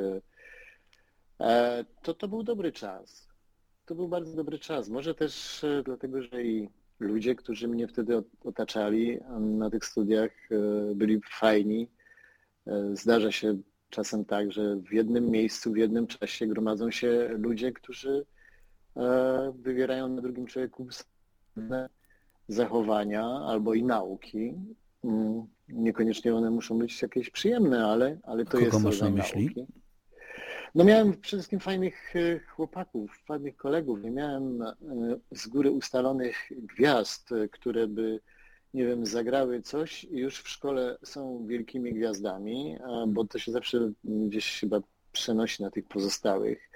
to to był dobry czas. To był bardzo dobry czas. Może też dlatego, że i ludzie, którzy mnie wtedy otaczali na tych studiach, byli fajni. Zdarza się czasem tak, że w jednym miejscu, w jednym czasie gromadzą się ludzie, którzy wywierają na drugim człowieku pewne zachowania albo i nauki. Niekoniecznie one muszą być jakieś przyjemne, ale, ale to Kogo jest masz na rodzaj myśli? nauki. No miałem przede wszystkim fajnych chłopaków, fajnych kolegów. Nie miałem z góry ustalonych gwiazd, które by, nie wiem, zagrały coś i już w szkole są wielkimi gwiazdami, bo to się zawsze gdzieś chyba przenosi na tych pozostałych.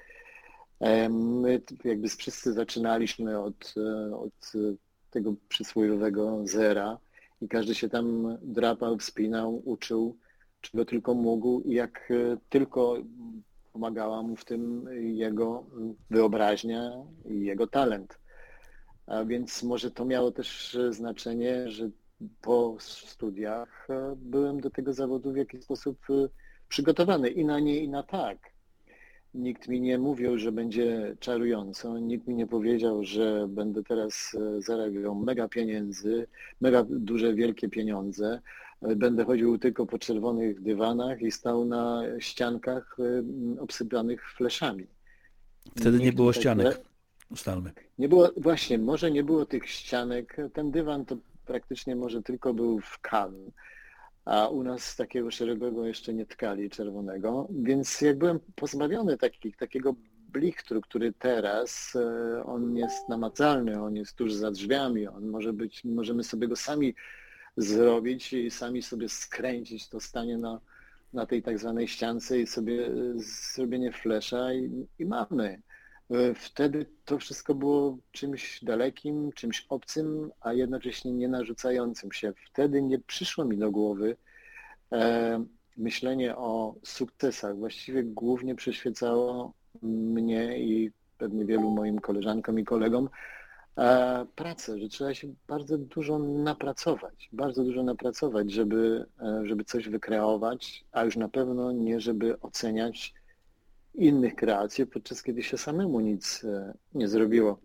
My jakby wszyscy zaczynaliśmy od, od tego przysłowiowego zera i każdy się tam drapał, wspinał, uczył, czego tylko mógł i jak tylko pomagała mu w tym jego wyobraźnia i jego talent. A więc może to miało też znaczenie, że po studiach byłem do tego zawodu w jakiś sposób przygotowany i na nie, i na tak. Nikt mi nie mówił, że będzie czarująco, nikt mi nie powiedział, że będę teraz zarabiał mega pieniędzy, mega duże, wielkie pieniądze. Będę chodził tylko po czerwonych dywanach i stał na ściankach obsypanych fleszami. Wtedy nie Nikt było tak- ścianek, ustalmy. Nie było, właśnie, może nie było tych ścianek. Ten dywan to praktycznie może tylko był w Cannes, a u nas takiego szeregowego jeszcze nie tkali czerwonego, więc jak byłem pozbawiony takich, takiego blichtru, który teraz, e, on jest namacalny, on jest tuż za drzwiami, on może być, możemy sobie go sami zrobić i sami sobie skręcić, to stanie na, na tej tak zwanej ściance i sobie e, zrobienie flesza i, i mamy. E, Wtedy to wszystko było czymś dalekim, czymś obcym, a jednocześnie nie narzucającym się. Wtedy nie przyszło mi do głowy e, myślenie o sukcesach. Właściwie głównie przyświecało mnie i pewnie wielu moim koleżankom i kolegom e, pracę, że trzeba się bardzo dużo napracować, bardzo dużo napracować, żeby, e, żeby coś wykreować, a już na pewno nie żeby oceniać innych kreacji, podczas kiedy się samemu nic e, nie zrobiło.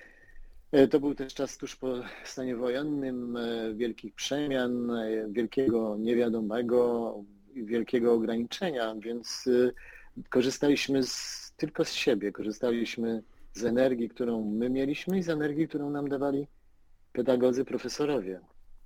E, To był też czas tuż po stanie wojennym, e, wielkich przemian, e, wielkiego niewiadomego i wielkiego ograniczenia, więc e, korzystaliśmy z, tylko z siebie, korzystaliśmy z energii, którą my mieliśmy i z energii, którą nam dawali pedagodzy, profesorowie.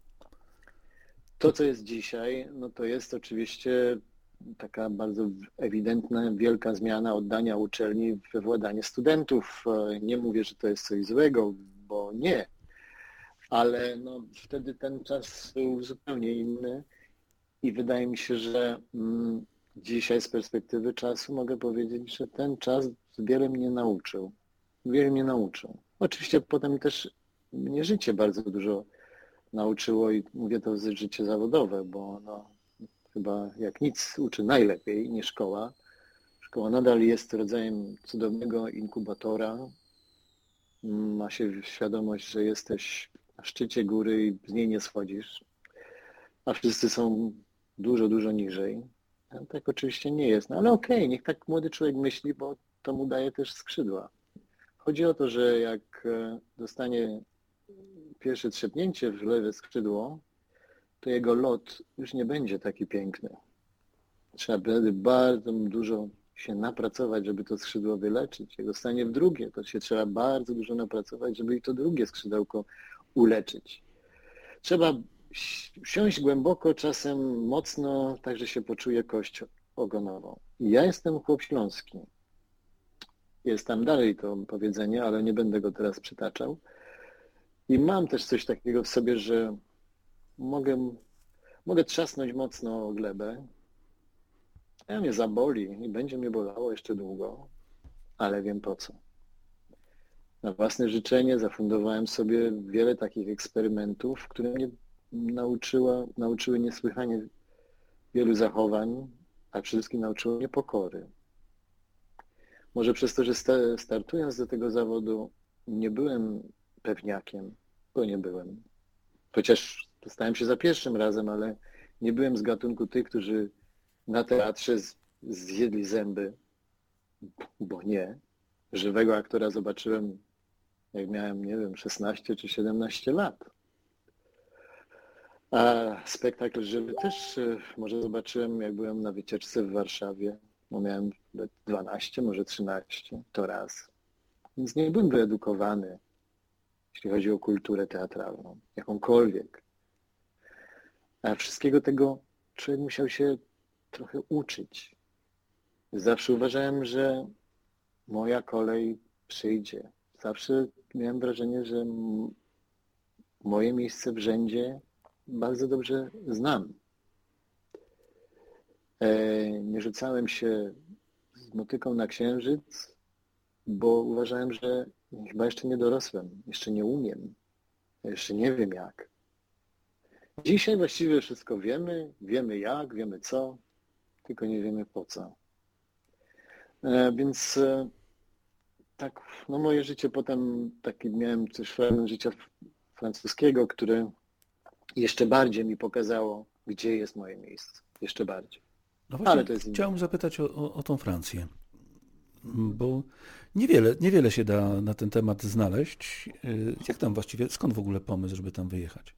To, co jest dzisiaj, no to jest oczywiście taka bardzo ewidentna, wielka zmiana oddania uczelni we władanie studentów. Nie mówię, że to jest coś złego, bo nie, ale no, wtedy ten czas był zupełnie inny i wydaje mi się, że mm, dzisiaj z perspektywy czasu mogę powiedzieć, że ten czas wiele mnie nauczył. Wiele mnie nauczył. Oczywiście potem też mnie życie bardzo dużo nauczyło i mówię to z życie zawodowe, bo no, chyba jak nic uczy najlepiej, nie szkoła. Szkoła nadal jest rodzajem cudownego inkubatora. Ma się świadomość, że jesteś na szczycie góry i z niej nie schodzisz, a wszyscy są dużo, dużo niżej. Tak oczywiście nie jest, no ale okej, okay, niech tak młody człowiek myśli, bo to mu daje też skrzydła. Chodzi o to, że jak dostanie pierwsze trzepnięcie w lewe skrzydło, to jego lot już nie będzie taki piękny. Trzeba będzie bardzo dużo się napracować, żeby to skrzydło wyleczyć. Jak dostanie w drugie, to się trzeba bardzo dużo napracować, żeby i to drugie skrzydełko uleczyć. Trzeba siąść głęboko, czasem mocno, tak że się poczuje kość ogonową. Ja jestem chłop śląski. Jest tam dalej to powiedzenie, ale nie będę go teraz przytaczał. I mam też coś takiego w sobie, że mogę, mogę trzasnąć mocno o glebę, a mnie zaboli i będzie mnie bolało jeszcze długo, ale wiem po co. Na własne życzenie zafundowałem sobie wiele takich eksperymentów, które mnie nauczyła, nauczyły niesłychanie wielu zachowań, a przede wszystkim nauczyły mnie pokory. Może przez to, że startując do tego zawodu nie byłem pewniakiem, bo nie byłem. Chociaż dostałem się za pierwszym razem, ale nie byłem z gatunku tych, którzy na teatrze zjedli zęby, bo nie. Żywego aktora zobaczyłem, jak miałem, nie wiem, szesnaście czy siedemnaście lat. A spektakl żywy też może zobaczyłem, jak byłem na wycieczce w Warszawie. No miałem dwanaście, może trzynaście, to raz. Więc nie byłem wyedukowany, jeśli chodzi o kulturę teatralną, jakąkolwiek. A wszystkiego tego człowiek musiał się trochę uczyć. Zawsze uważałem, że moja kolej przyjdzie. Zawsze miałem wrażenie, że moje miejsce w rzędzie bardzo dobrze znam. Nie rzucałem się z motyką na księżyc, bo uważałem, że chyba jeszcze nie dorosłem, jeszcze nie umiem, jeszcze nie wiem jak. Dzisiaj właściwie wszystko wiemy, wiemy jak, wiemy co, tylko nie wiemy po co. Więc tak, no moje życie potem, taki miałem też fragment życia francuskiego, które jeszcze bardziej mi pokazało, gdzie jest moje miejsce, jeszcze bardziej. No właśnie, ale to jest chciałem zapytać o, o, o tą Francję, bo niewiele, niewiele się da na ten temat znaleźć. Jak tam właściwie, skąd w ogóle pomysł, żeby tam wyjechać?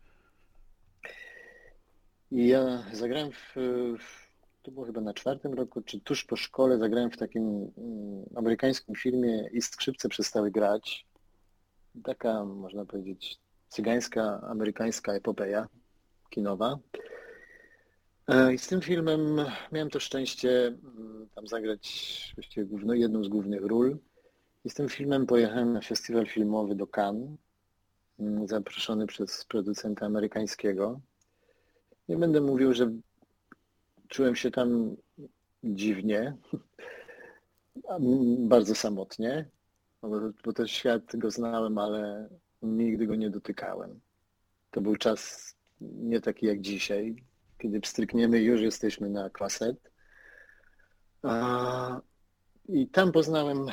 Ja zagrałem w, to było chyba na czwartym roku, czy tuż po szkole, zagrałem w takim amerykańskim filmie i skrzypce przestały grać. Taka, można powiedzieć, cygańska, amerykańska epopeja kinowa. I z tym filmem miałem to szczęście tam zagrać właściwie główną, jedną z głównych ról. I z tym filmem pojechałem na festiwal filmowy do Cannes, zaproszony przez producenta amerykańskiego. Nie będę mówił, że czułem się tam dziwnie, bardzo samotnie, bo, bo też świat go znałem, ale nigdy go nie dotykałem. To był czas nie taki jak dzisiaj, kiedy pstrykniemy i już jesteśmy na kwaset. I tam poznałem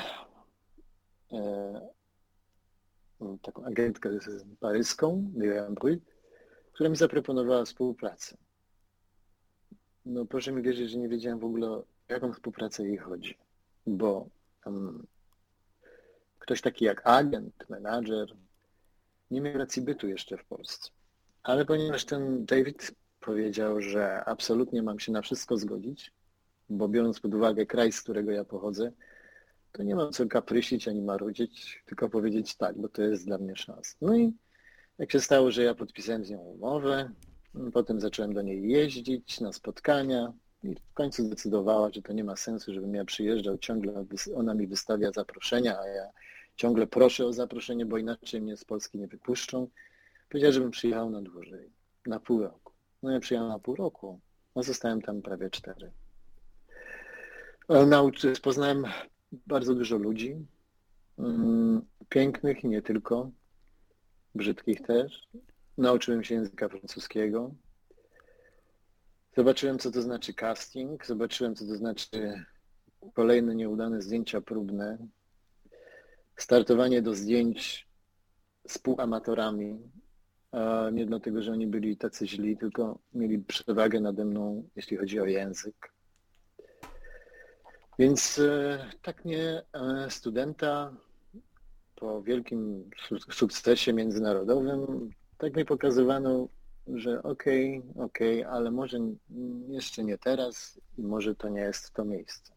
e, taką agentkę paryską, Miriam Brut, która mi zaproponowała współpracę. No proszę mi wierzyć, że nie wiedziałem w ogóle, o jaką współpracę jej chodzi, bo um, ktoś taki jak agent, menadżer nie miał racji bytu jeszcze w Polsce. Ale ponieważ ten David powiedział, że absolutnie mam się na wszystko zgodzić, bo biorąc pod uwagę kraj, z którego ja pochodzę, to nie mam co kaprysić ani marudzić, tylko powiedzieć tak, bo to jest dla mnie szansa. No i Jak się stało, że ja podpisałem z nią umowę, potem zacząłem do niej jeździć na spotkania i w końcu zdecydowała, że to nie ma sensu, żebym ja przyjeżdżał, ciągle ona mi wystawia zaproszenia, a ja ciągle proszę o zaproszenie, bo inaczej mnie z Polski nie wypuszczą. Powiedziała, żebym przyjechał na dłużej, na pół roku. No ja przyjechałem na pół roku, a zostałem tam prawie cztery. Nauczy, poznałem bardzo dużo ludzi, mm, pięknych i nie tylko, brzydkich też. Nauczyłem się języka francuskiego. Zobaczyłem, co to znaczy casting, zobaczyłem, co to znaczy kolejne nieudane zdjęcia próbne, startowanie do zdjęć z półamatorami, a nie dlatego, że oni byli tacy źli, tylko mieli przewagę nade mną, jeśli chodzi o język. Więc tak mnie studenta po wielkim sukcesie międzynarodowym, tak mi pokazywano, że okej, okay, okej, okay, ale może jeszcze nie teraz i może to nie jest to miejsce.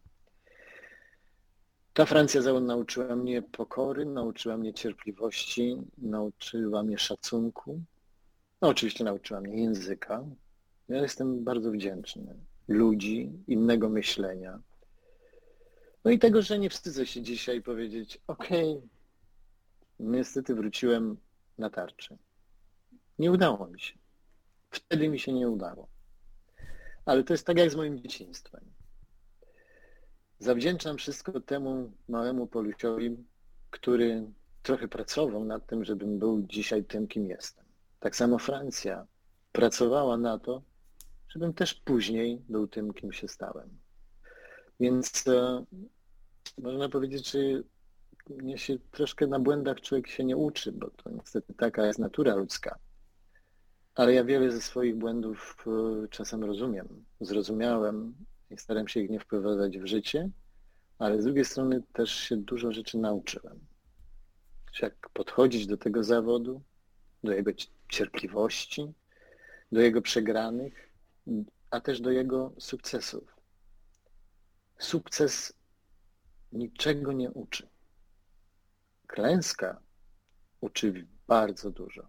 Ta Francja nauczyła mnie pokory, nauczyła mnie cierpliwości, nauczyła mnie szacunku, no oczywiście nauczyła mnie języka. Ja jestem bardzo wdzięczny. Ludzi, innego myślenia. No i tego, że nie wstydzę się dzisiaj powiedzieć, okej, okay, niestety wróciłem na tarczy. Nie udało mi się. Wtedy mi się nie udało. Ale to jest tak jak z moim dzieciństwem. Zawdzięczam wszystko temu małemu Polusiowi, który trochę pracował nad tym, żebym był dzisiaj tym, kim jestem. Tak samo Francja pracowała na to, żebym też później był tym, kim się stałem. Więc e, można powiedzieć, że mnie się troszkę na błędach człowiek się nie uczy, bo to niestety taka jest natura ludzka. Ale ja wiele ze swoich błędów e, czasem rozumiem, zrozumiałem i staram się ich nie wprowadzać w życie, ale z drugiej strony też się dużo rzeczy nauczyłem. Jak podchodzić do tego zawodu, do jego cierpliwości, do jego przegranych, a też do jego sukcesów. Sukces niczego nie uczy. Klęska uczy bardzo dużo.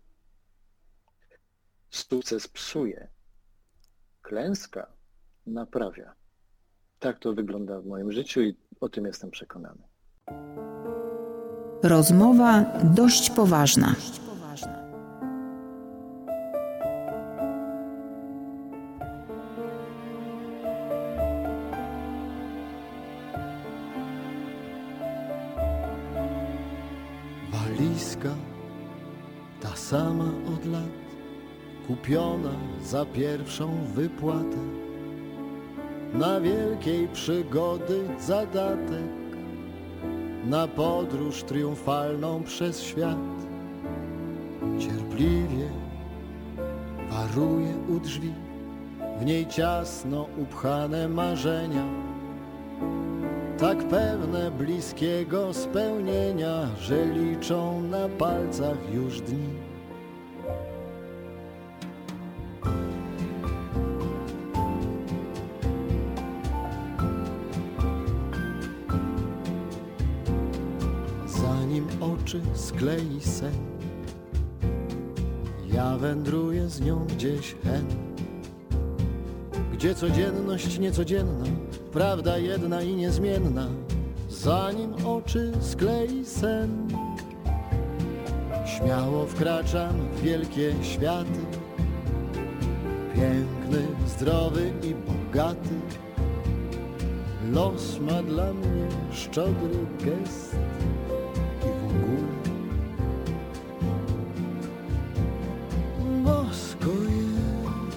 Sukces psuje. Klęska naprawia. Tak to wygląda w moim życiu i o tym jestem przekonany. Rozmowa dość poważna. Walizka ta sama od lat, kupiona za pierwszą wypłatę. Na wielkiej przygody zadatek, na podróż triumfalną przez świat. Cierpliwie waruje u drzwi, w niej ciasno upchane marzenia, tak pewne bliskiego spełnienia, że liczą na palcach już dni. Zanim oczy sklei sen, ja wędruję z nią gdzieś hen, gdzie codzienność niecodzienna, prawda jedna i niezmienna, zanim oczy sklei sen. Śmiało wkraczam w wielkie światy, piękny, zdrowy i bogaty. Los ma dla mnie szczodry gest i w ogóle bosko jest,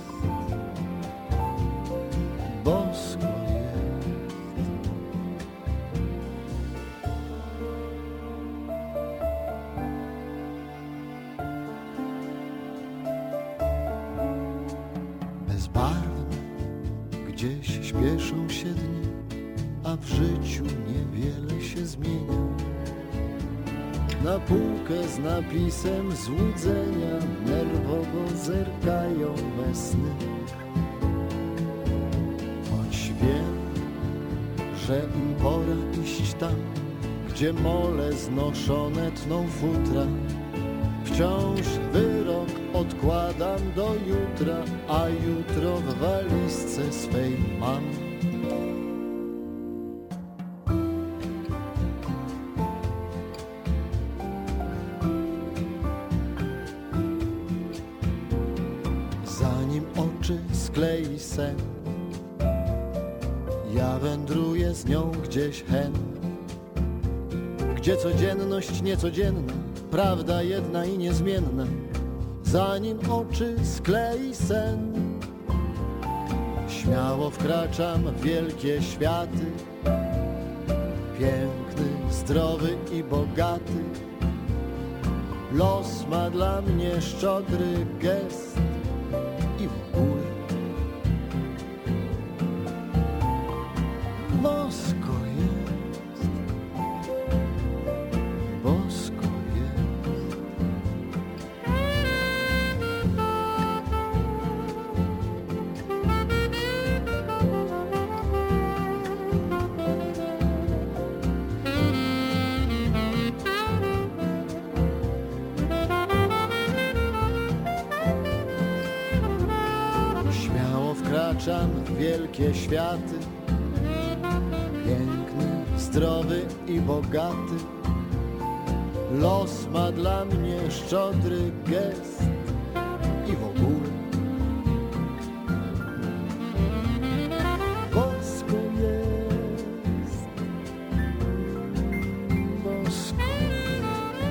bosko jest. Bezbarwne gdzieś śpieszą się dni, a w życiu niewiele się zmienia. Na półkę z napisem złudzenia nerwowo zerkają me sny. Choć wiem, że im pora iść tam, gdzie mole znoszone tną futra, Wciąż wyrok odkładam do jutra, a jutro w walizce swej mam. Zanim oczy sklei sen, ja wędruję z nią gdzieś hen, gdzie codzienność niecodzienna, prawda jedna i niezmienna. Zanim oczy sklei sen, śmiało wkraczam w wielkie światy, piękny, zdrowy i bogaty. Los ma dla mnie szczodry gest i w ogóle bosko jest, bosko jest. Śmiało wkraczam w wielkie światy, piękny, zdrowy i bogaty. Los ma dla mnie szczodry gest i w ogóle bosko jest, bosko jest.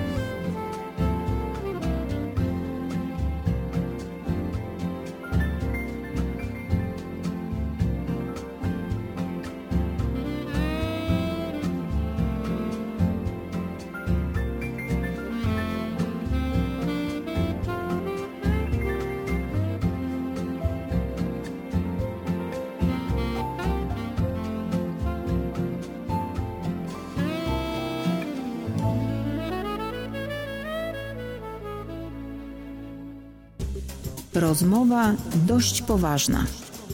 Rozmowa dość poważna.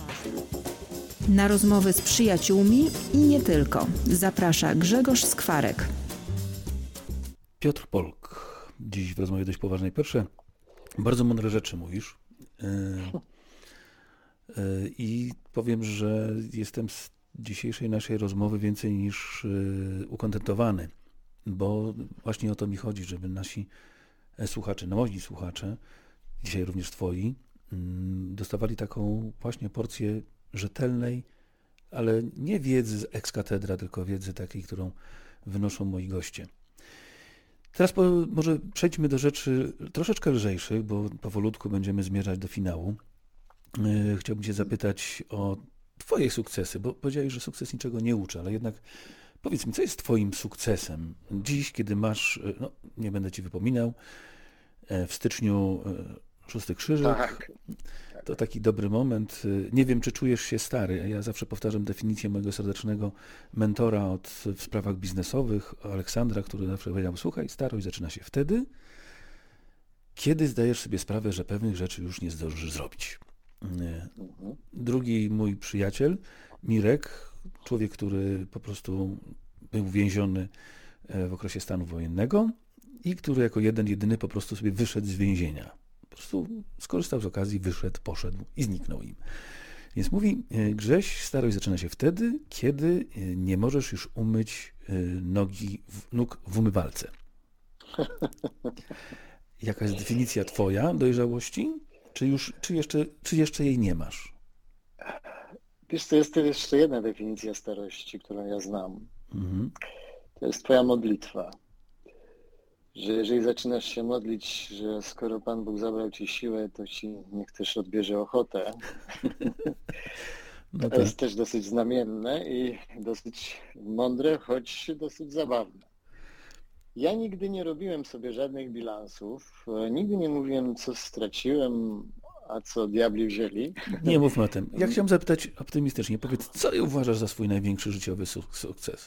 Na rozmowy z przyjaciółmi i nie tylko. Zaprasza Grzegorz Skwarek. Piotr Polk. Dziś w rozmowie dość poważnej. Pierwsze, bardzo mądre rzeczy mówisz. Yy, yy, I powiem, że jestem z dzisiejszej naszej rozmowy więcej niż yy, ukontentowany, bo właśnie o to mi chodzi, żeby nasi słuchacze, no moi słuchacze, dzisiaj również twoi, yy, dostawali taką właśnie porcję rzetelnej, ale nie wiedzy z ex cathedra, tylko wiedzy takiej, którą wynoszą moi goście. Teraz po, może przejdźmy do rzeczy troszeczkę lżejszych, bo powolutku będziemy zmierzać do finału. Yy, chciałbym cię zapytać o twoje sukcesy, bo powiedziałeś, że sukces niczego nie uczy, ale jednak powiedz mi, co jest twoim sukcesem dziś, kiedy masz, no nie będę ci wypominał, w styczniu Szósty Krzyżyk. Tak. To taki dobry moment. Nie wiem, czy czujesz się stary. Ja zawsze powtarzam definicję mojego serdecznego mentora od, w sprawach biznesowych, Aleksandra, który zawsze powiedział, słuchaj, starość zaczyna się wtedy, kiedy zdajesz sobie sprawę, że pewnych rzeczy już nie zdążysz zrobić. Drugi mój przyjaciel, Mirek, człowiek, który po prostu był więziony w okresie stanu wojennego i który jako jeden, jedyny po prostu sobie wyszedł z więzienia. Po prostu skorzystał z okazji, wyszedł, poszedł i zniknął im. Więc mówi, Grześ, starość zaczyna się wtedy, kiedy nie możesz już umyć nogi, nóg w umywalce. Jaka jest definicja twoja dojrzałości? Czy już, czy jeszcze, czy jeszcze jej nie masz? Wiesz co, jest jeszcze jedna definicja starości, którą ja znam. Mhm. To jest twoja modlitwa. Że jeżeli zaczynasz się modlić, że skoro Pan Bóg zabrał ci siłę, to ci niech też odbierze ochotę. No to jest też dosyć znamienne i dosyć mądre, choć dosyć zabawne. Ja nigdy nie robiłem sobie żadnych bilansów, nigdy nie mówiłem, co straciłem, a co diabli wzięli. Nie mówmy o tym. Ja chciałem zapytać optymistycznie, powiedz, co uważasz za swój największy życiowy sukces?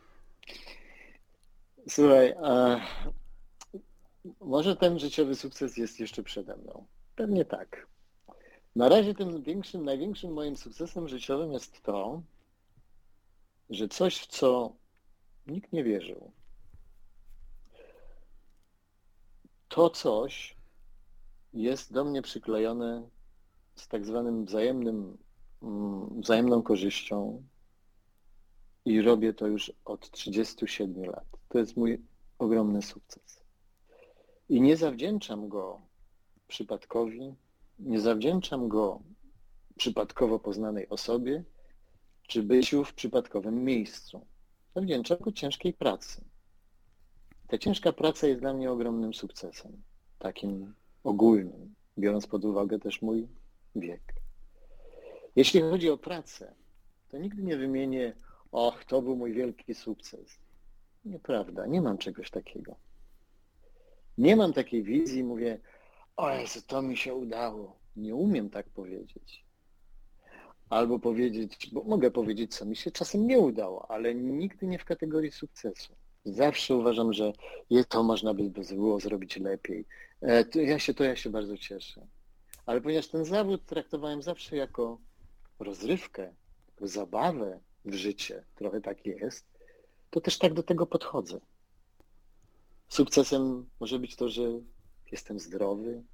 Słuchaj, a może ten życiowy sukces jest jeszcze przede mną. Pewnie tak. Na razie tym większym, największym moim sukcesem życiowym jest to, że coś, w co nikt nie wierzył, to coś jest do mnie przyklejone z tak zwanym wzajemnym, wzajemną korzyścią i robię to już od trzydziestu siedmiu lat. To jest mój ogromny sukces. I nie zawdzięczam go przypadkowi, nie zawdzięczam go przypadkowo poznanej osobie, czy byciu w przypadkowym miejscu. Zawdzięczam go ciężkiej pracy. Ta ciężka praca jest dla mnie ogromnym sukcesem, takim ogólnym, biorąc pod uwagę też mój wiek. Jeśli chodzi o pracę, to nigdy nie wymienię, och, to był mój wielki sukces. Nieprawda, nie mam czegoś takiego. Nie mam takiej wizji, mówię, o Jezu, to mi się udało. Nie umiem tak powiedzieć. Albo powiedzieć, bo mogę powiedzieć, co mi się czasem nie udało, ale nigdy nie w kategorii sukcesu. Zawsze uważam, że to można by było zrobić lepiej. To ja się, to ja się bardzo cieszę. Ale ponieważ ten zawód traktowałem zawsze jako rozrywkę, jako zabawę w życie, trochę tak jest, to też tak do tego podchodzę. Sukcesem może być to, że jestem zdrowy,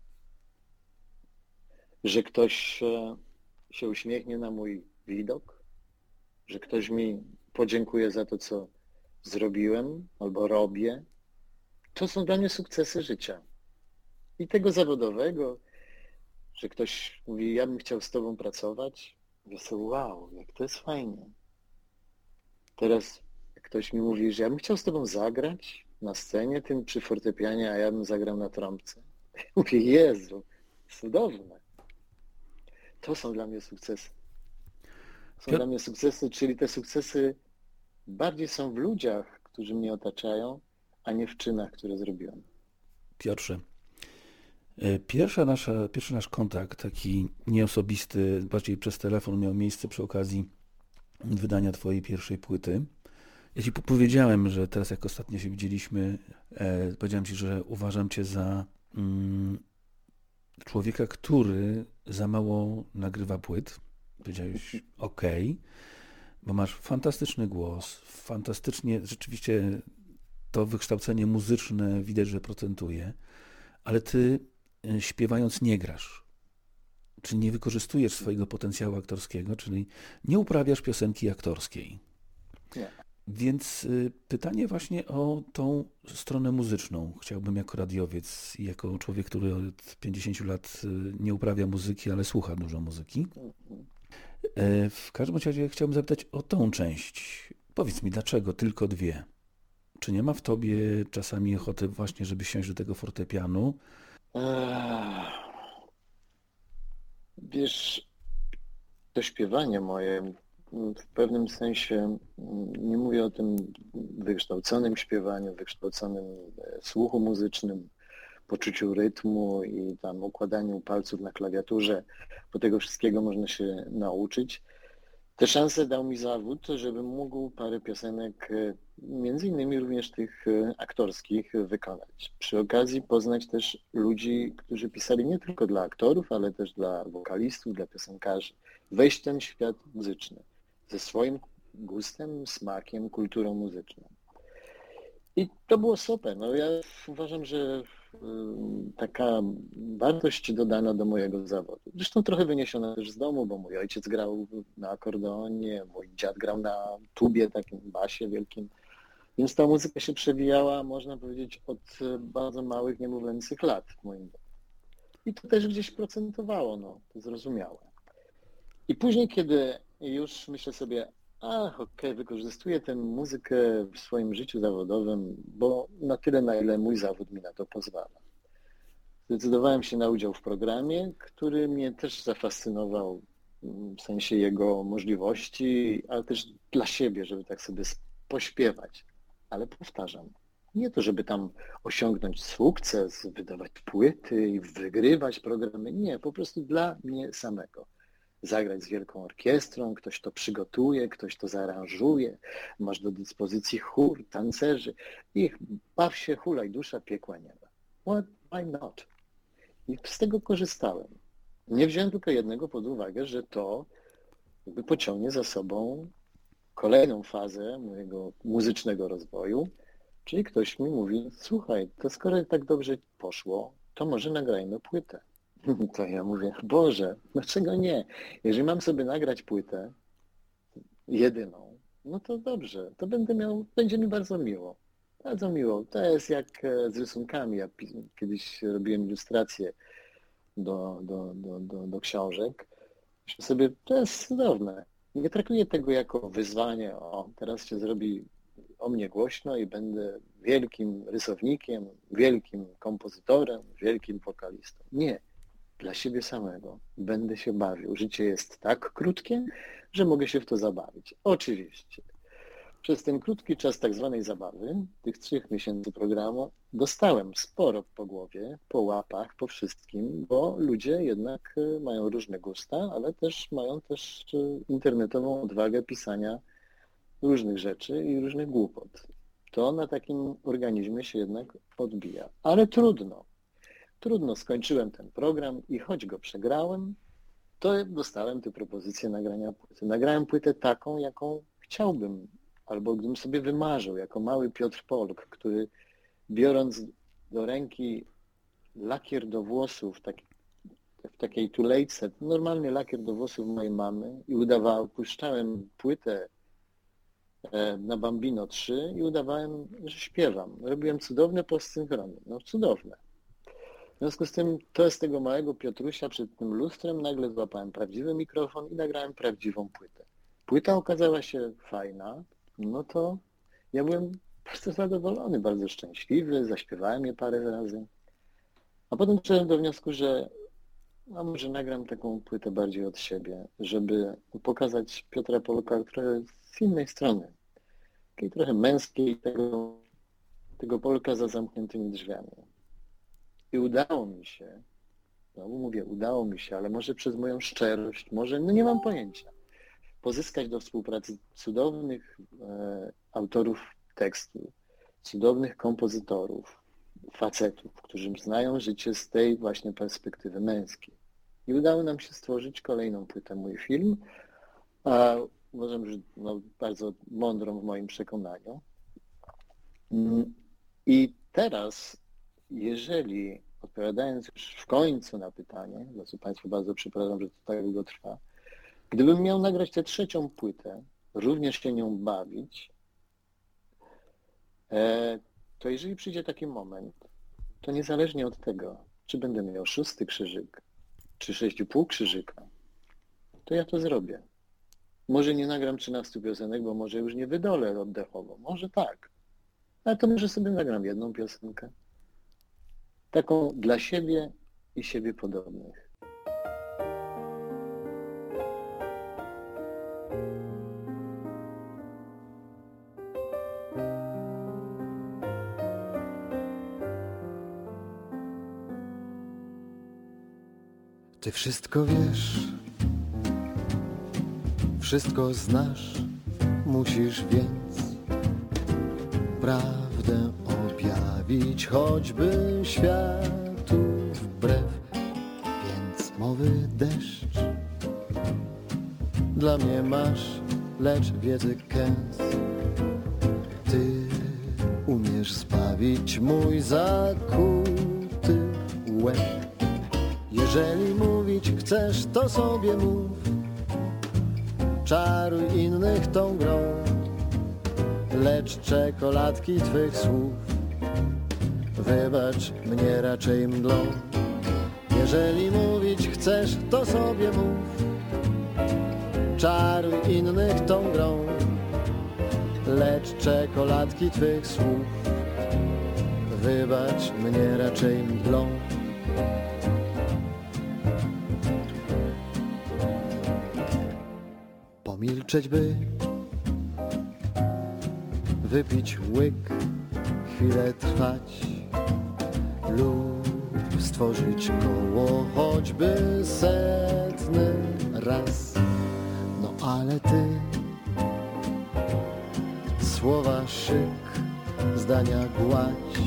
że ktoś się uśmiechnie na mój widok, że ktoś mi podziękuje za to, co zrobiłem albo robię. To są dla mnie sukcesy życia. I tego zawodowego, że ktoś mówi, ja bym chciał z tobą pracować. Ja sobie, wow, jak to jest fajnie. Teraz jak ktoś mi mówi, że ja bym chciał z tobą zagrać na scenie, tym przy fortepianie, a ja bym zagrał na trąbce. Ja mówię, Jezu, cudowne. To są dla mnie sukcesy. Są Piotr... dla mnie sukcesy, czyli te sukcesy bardziej są w ludziach, którzy mnie otaczają, a nie w czynach, które zrobiłem. Piotrze, pierwsza nasza, pierwszy nasz kontakt, taki nieosobisty, bardziej przez telefon, miał miejsce przy okazji wydania twojej pierwszej płyty. Ja ci powiedziałem, że teraz jak ostatnio się widzieliśmy, e, powiedziałem ci, że uważam cię za mm, człowieka, który za mało nagrywa płyt. Powiedziałeś okej, okay, bo masz fantastyczny głos, fantastycznie, rzeczywiście to wykształcenie muzyczne widać, że procentuje, ale ty śpiewając nie grasz. Czy nie wykorzystujesz swojego potencjału aktorskiego, czyli nie uprawiasz piosenki aktorskiej. Nie. Więc pytanie właśnie o tą stronę muzyczną. Chciałbym jako radiowiec i jako człowiek, który od pięćdziesięciu lat nie uprawia muzyki, ale słucha dużo muzyki. W każdym razie chciałbym zapytać o tą część. Powiedz mi, dlaczego tylko dwie? Czy nie ma w tobie czasami ochoty właśnie, żeby siąść do tego fortepianu? Wiesz, to śpiewanie moje w pewnym sensie, nie mówię o tym wykształconym śpiewaniu, wykształconym słuchu muzycznym, poczuciu rytmu i tam układaniu palców na klawiaturze, bo tego wszystkiego można się nauczyć. Tę szansę dał mi zawód, żebym mógł parę piosenek, między innymi również tych aktorskich, wykonać. Przy okazji poznać też ludzi, którzy pisali nie tylko dla aktorów, ale też dla wokalistów, dla piosenkarzy. Wejść w ten świat muzyczny ze swoim gustem, smakiem, kulturą muzyczną. I to było super. No ja uważam, że taka wartość dodana do mojego zawodu. Zresztą trochę wyniesiona też z domu, bo mój ojciec grał na akordeonie, mój dziad grał na tubie, takim basie wielkim. Więc ta muzyka się przewijała, można powiedzieć, od bardzo małych, niemowlęcych lat w moim domu. I to też gdzieś procentowało, no, to zrozumiałe. I później, kiedy już myślę sobie, ach, okej, okay, wykorzystuję tę muzykę w swoim życiu zawodowym, bo na tyle, na ile mój zawód mi na to pozwala. Zdecydowałem się na udział w programie, który mnie też zafascynował w sensie jego możliwości, ale też dla siebie, żeby tak sobie pośpiewać. Ale powtarzam, nie to, żeby tam osiągnąć sukces, wydawać płyty i wygrywać programy, nie, po prostu dla mnie samego. Zagrać z wielką orkiestrą, ktoś to przygotuje, ktoś to zaaranżuje, masz do dyspozycji chór, tancerzy i baw się, hulaj, dusza, piekła nie ma. What, why not? I z tego korzystałem. Nie wziąłem tylko jednego pod uwagę, że to jakby pociągnie za sobą kolejną fazę mojego muzycznego rozwoju, Czyli ktoś mi mówi, słuchaj, to skoro tak dobrze poszło, to może nagrajmy płytę. To ja mówię, Boże, dlaczego nie? Jeżeli mam sobie nagrać płytę jedyną, no to dobrze, to będę miał, będzie mi bardzo miło. Bardzo miło. To jest jak z rysunkami. Ja kiedyś robiłem ilustracje do, do, do, do, do książek. Myślę sobie, to jest cudowne. Nie traktuję tego jako wyzwanie, o, teraz się zrobi o mnie głośno i będę wielkim rysownikiem, wielkim kompozytorem, wielkim wokalistą. Nie. Dla siebie samego. Będę się bawił. Życie jest tak krótkie, że mogę się w to zabawić. Oczywiście. Przez ten krótki czas tak zwanej zabawy, tych trzech miesięcy programu, dostałem sporo po głowie, po łapach, po wszystkim, bo ludzie jednak mają różne gusta, ale też mają też internetową odwagę pisania różnych rzeczy i różnych głupot. To na takim organizmie się jednak odbija. Ale trudno. Trudno, skończyłem ten program i choć go przegrałem, to dostałem tę propozycję nagrania płyty. Nagrałem płytę taką, jaką chciałbym, albo gdybym sobie wymarzył, jako mały Piotr Polk, który biorąc do ręki lakier do włosów, tak, w takiej tulejce, normalny lakier do włosów mojej mamy i udawał, puszczałem płytę na Bambino trzy i udawałem, że śpiewam. Robiłem cudowne postsynchrony, no cudowne. W związku z tym, to z tego małego Piotrusia przed tym lustrem nagle złapałem prawdziwy mikrofon i nagrałem prawdziwą płytę. Płyta okazała się fajna, no to ja byłem bardzo zadowolony, bardzo szczęśliwy, zaśpiewałem je parę razy. A potem doszedłem do wniosku, że a może nagram taką płytę bardziej od siebie, żeby pokazać Piotra Polka trochę z innej strony. Takiej trochę męskiej, tego, tego Polka za zamkniętymi drzwiami. I udało mi się, no mówię, udało mi się, ale może przez moją szczerość, może, no nie mam pojęcia, pozyskać do współpracy cudownych e, autorów tekstu, cudownych kompozytorów, facetów, którzy znają życie z tej właśnie perspektywy męskiej. I udało nam się stworzyć kolejną płytę, mój film, a uważam, że no, bardzo mądrą w moim przekonaniu. I teraz, jeżeli odpowiadając już w końcu na pytanie, za co Państwu bardzo przepraszam, że to tak długo trwa, gdybym miał nagrać tę trzecią płytę, również się nią bawić, to jeżeli przyjdzie taki moment, to niezależnie od tego, czy będę miał szósty krzyżyk, czy sześć i pół krzyżyka, to ja to zrobię. Może nie nagram trzynastu piosenek, bo może już nie wydolę oddechowo, może tak, ale to może sobie nagram jedną piosenkę. Taką dla siebie i siebie podobnych. Ty wszystko wiesz, wszystko znasz, musisz więc prawdę objawić, choćby światu wbrew. Więc mowy deszcz dla mnie masz, lecz wiedzy kęs. Ty umiesz zbawić mój zakuty łeb. Jeżeli mówić chcesz, to sobie mów, czaruj innych tą grą, lecz czekoladki twych słów wybacz mnie raczej mglą. Jeżeli mówić chcesz, to sobie mów, czaruj innych tą grą, lecz czekoladki twych słów wybacz mnie raczej mglą. Pomilczeć by, wypić łyk, chwilę trwać lub stworzyć koło choćby setny raz. No ale ty słowa szyk, zdania gładź,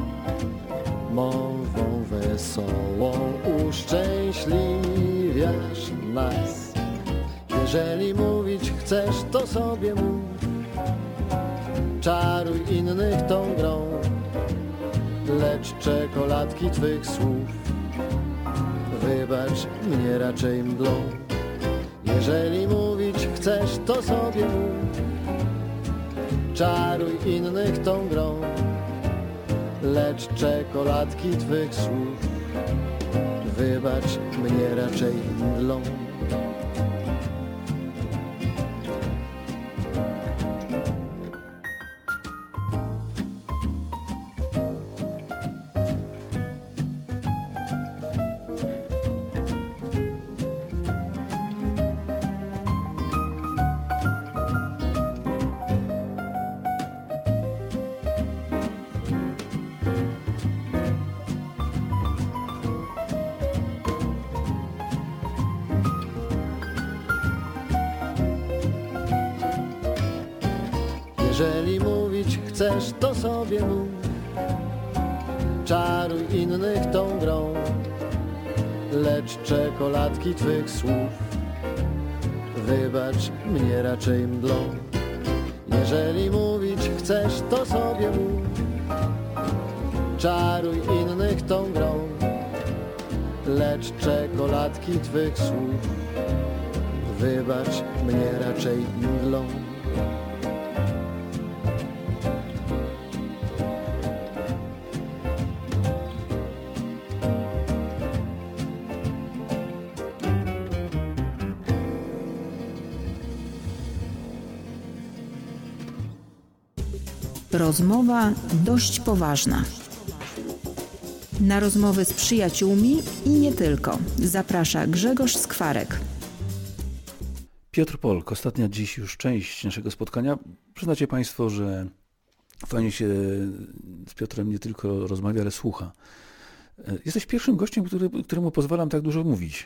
mową wesołą uszczęśliwiasz nas. Jeżeli mówić chcesz, to sobie mów, Czaruj innych tą grą, lecz czekoladki twych słów wybacz mnie raczej mdlą. Jeżeli mówić chcesz, to sobie mów. Czaruj innych tą grą, lecz czekoladki twych słów wybacz mnie raczej mdlą. Jeżeli mówić chcesz, to sobie mów. Czaruj innych tą grą, lecz czekoladki twych słów wybacz mnie raczej mdlą. Jeżeli mówić chcesz, to sobie mów. Czaruj innych tą grą, lecz czekoladki twych słów wybacz mnie raczej mdlą. Rozmowa dość poważna. Na rozmowy z przyjaciółmi i nie tylko. Zaprasza Grzegorz Skwarek. Piotr Polk, ostatnia dziś już część naszego spotkania. Przyznacie Państwo, że fajnie się z Piotrem nie tylko rozmawia, ale słucha. Jesteś pierwszym gościem, który, któremu pozwalam tak dużo mówić.